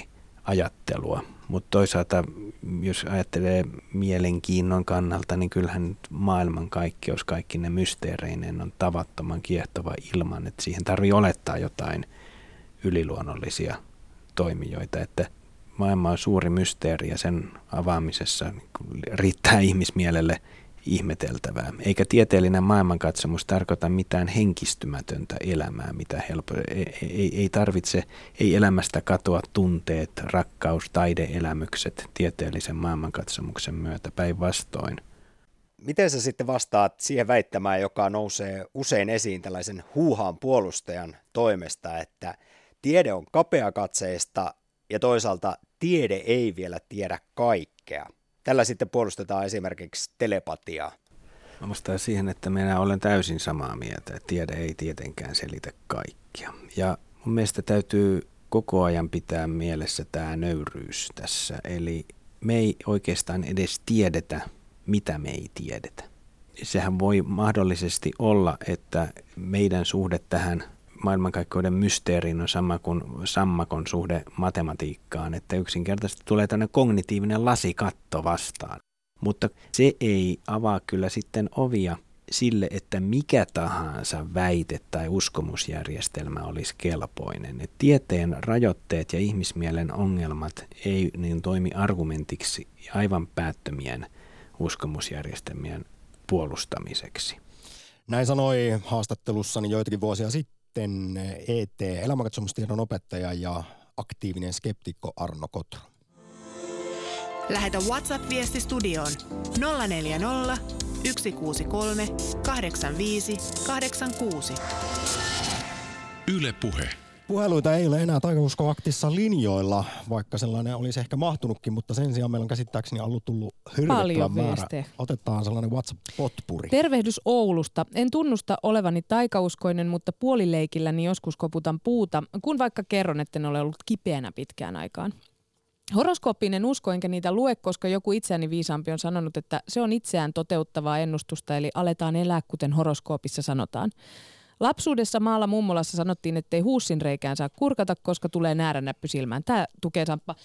ajattelua. Mutta toisaalta, jos ajattelee mielenkiinnon kannalta, niin kyllähän maailmankaikkeus, kaikki ne mysteereineen on tavattoman kiehtova ilman, että siihen tarvii olettaa jotain yliluonnollisia toimijoita. Että maailma on suuri mysteeri ja sen avaamisessa riittää ihmismielelle ihmeteltävää. Eikä tieteellinen maailmankatsomus tarkoita mitään henkistymätöntä elämää, mitä helpo. Ei, ei, ei tarvitse, ei elämästä katoa tunteet, rakkaus, taideelämykset tieteellisen maailmankatsomuksen myötä, päinvastoin. Miten sä sitten vastaat siihen väittämään, joka nousee usein esiin tällaisen huuhaan puolustajan toimesta, että tiede on kapeakatseista ja toisaalta tiede ei vielä tiedä kaikkea? Tällä sitten puolustetaan esimerkiksi telepatiaa. Mä vastaan siihen, että minä olen täysin samaa mieltä, että tiede ei tietenkään selitä kaikkia. Ja mun mielestä täytyy koko ajan pitää mielessä tämä nöyryys tässä. Eli me ei oikeastaan edes tiedetä, mitä me ei tiedetä. Sehän voi mahdollisesti olla, että meidän suhde tähän maailmankaikkeuden mysteeriin on sama kuin sammakon suhde matematiikkaan, että yksinkertaisesti tulee tämmöinen kognitiivinen lasikatto vastaan. Mutta se ei avaa kyllä sitten ovia sille, että mikä tahansa väite tai uskomusjärjestelmä olisi kelpoinen. Et tieteen rajoitteet ja ihmismielen ongelmat ei niin toimi argumentiksi aivan päättömien uskomusjärjestelmien puolustamiseksi. Näin sanoi haastattelussani joitakin vuosia sitten E T, elämänkatsomustiedon opettaja ja aktiivinen skeptikko Arno Kotro. Lähetä WhatsApp-viesti studioon nolla neljä nolla, yksi kuusi kolme, kahdeksan viisi, kahdeksan kuusi. Yle Puhe. Puheluita ei ole enää taikauskoaktissa linjoilla, vaikka sellainen olisi ehkä mahtunutkin, mutta sen sijaan meillä on käsittääkseni ollut tullut hirvettävä määrä. Viestejä. Otetaan sellainen WhatsApp-potpuri. Tervehdys Oulusta. En tunnusta olevani taikauskoinen, mutta puolileikilläni joskus koputan puuta, kun vaikka kerron, että en ole ollut kipeänä pitkään aikaan. Horoskooppiin en usko enkä niitä lue, koska joku itseäni viisaampi on sanonut, että se on itseään toteuttavaa ennustusta, eli aletaan elää kuten horoskoopissa sanotaan. Lapsuudessa maalla mummolassa sanottiin, ettei huussinreikään saa kurkata, koska tulee näärännäppy silmään. Tämä tukee, Samppa,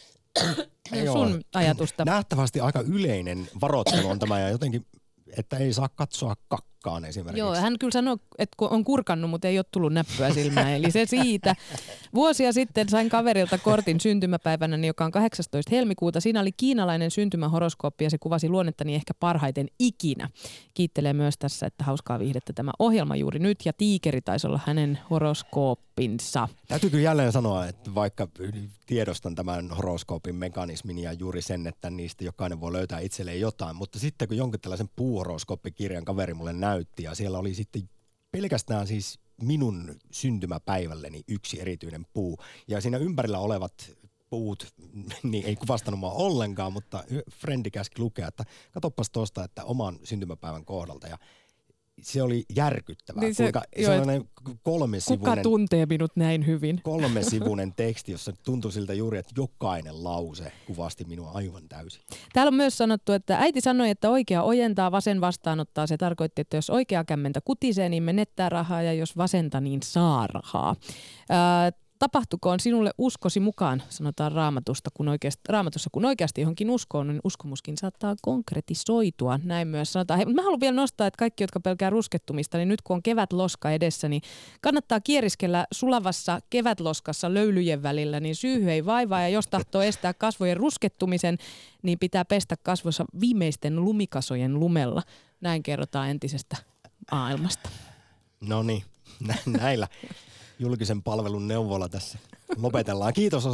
sun ajatusta. Nähtävästi aika yleinen varoittelu on tämä ja jotenkin, että ei saa katsoa kakkaan esimerkiksi. Joo, hän kyllä sanoi, että on kurkannut, mutta ei ole tullut näppyä silmään, eli se siitä. Vuosia sitten sain kaverilta kortin syntymäpäivänä, joka on kahdeksastoista helmikuuta. Siinä oli kiinalainen syntymähoroskooppi ja se kuvasi luonnettani ehkä parhaiten ikinä. Kiittelee myös tässä, että hauskaa viihdettä tämä ohjelma juuri nyt ja tiikeri taisi olla hänen horoskooppinsa. Täytyy kyllä jälleen sanoa, että vaikka tiedostan tämän horoskoopin mekanismin ja juuri sen, että niistä jokainen voi löytää itselleen jotain, mutta sitten kun jonkin tällaisen puuhoroskooppikirjan kaveri mulle näytti ja siellä oli sitten pelkästään siis minun syntymäpäivälleni yksi erityinen puu ja siinä ympärillä olevat puut, niin ei kuvastanut mua ollenkaan, mutta frendi käski lukea, että katoppas tuosta, että oman syntymäpäivän kohdalta ja se oli järkyttävää. Niin se, Kuinka, jo, sellainen kolmesivuinen, kuka tuntee minut näin hyvin? kolmesivuinen teksti, jossa tuntui siltä juuri, että jokainen lause kuvasti minua aivan täysin. Täällä on myös sanottu, että äiti sanoi, että oikea ojentaa, vasen vastaanottaa. Se tarkoitti, että jos oikea kämmentä kutisee, niin menettää rahaa ja jos vasenta, niin saa rahaa. Ää, Tapahtukoon sinulle uskosi mukaan, sanotaan raamatusta, kun oikeasti, raamatussa, kun oikeasti johonkin uskoon, niin uskomuskin saattaa konkretisoitua. Näin myös sanotaan. Hei, mä haluan vielä nostaa, että kaikki, jotka pelkää ruskettumista, niin nyt kun on kevätloska edessä, niin kannattaa kieriskellä sulavassa kevätloskassa löylyjen välillä, niin syyhy ei vaivaa. Ja jos tahtoo estää kasvojen ruskettumisen, niin pitää pestä kasvoissa viimeisten lumikasojen lumella. Näin kerrotaan entisestä maailmasta. No niin, näillä julkisen palvelun neuvolla tässä lopetellaan. Kiitos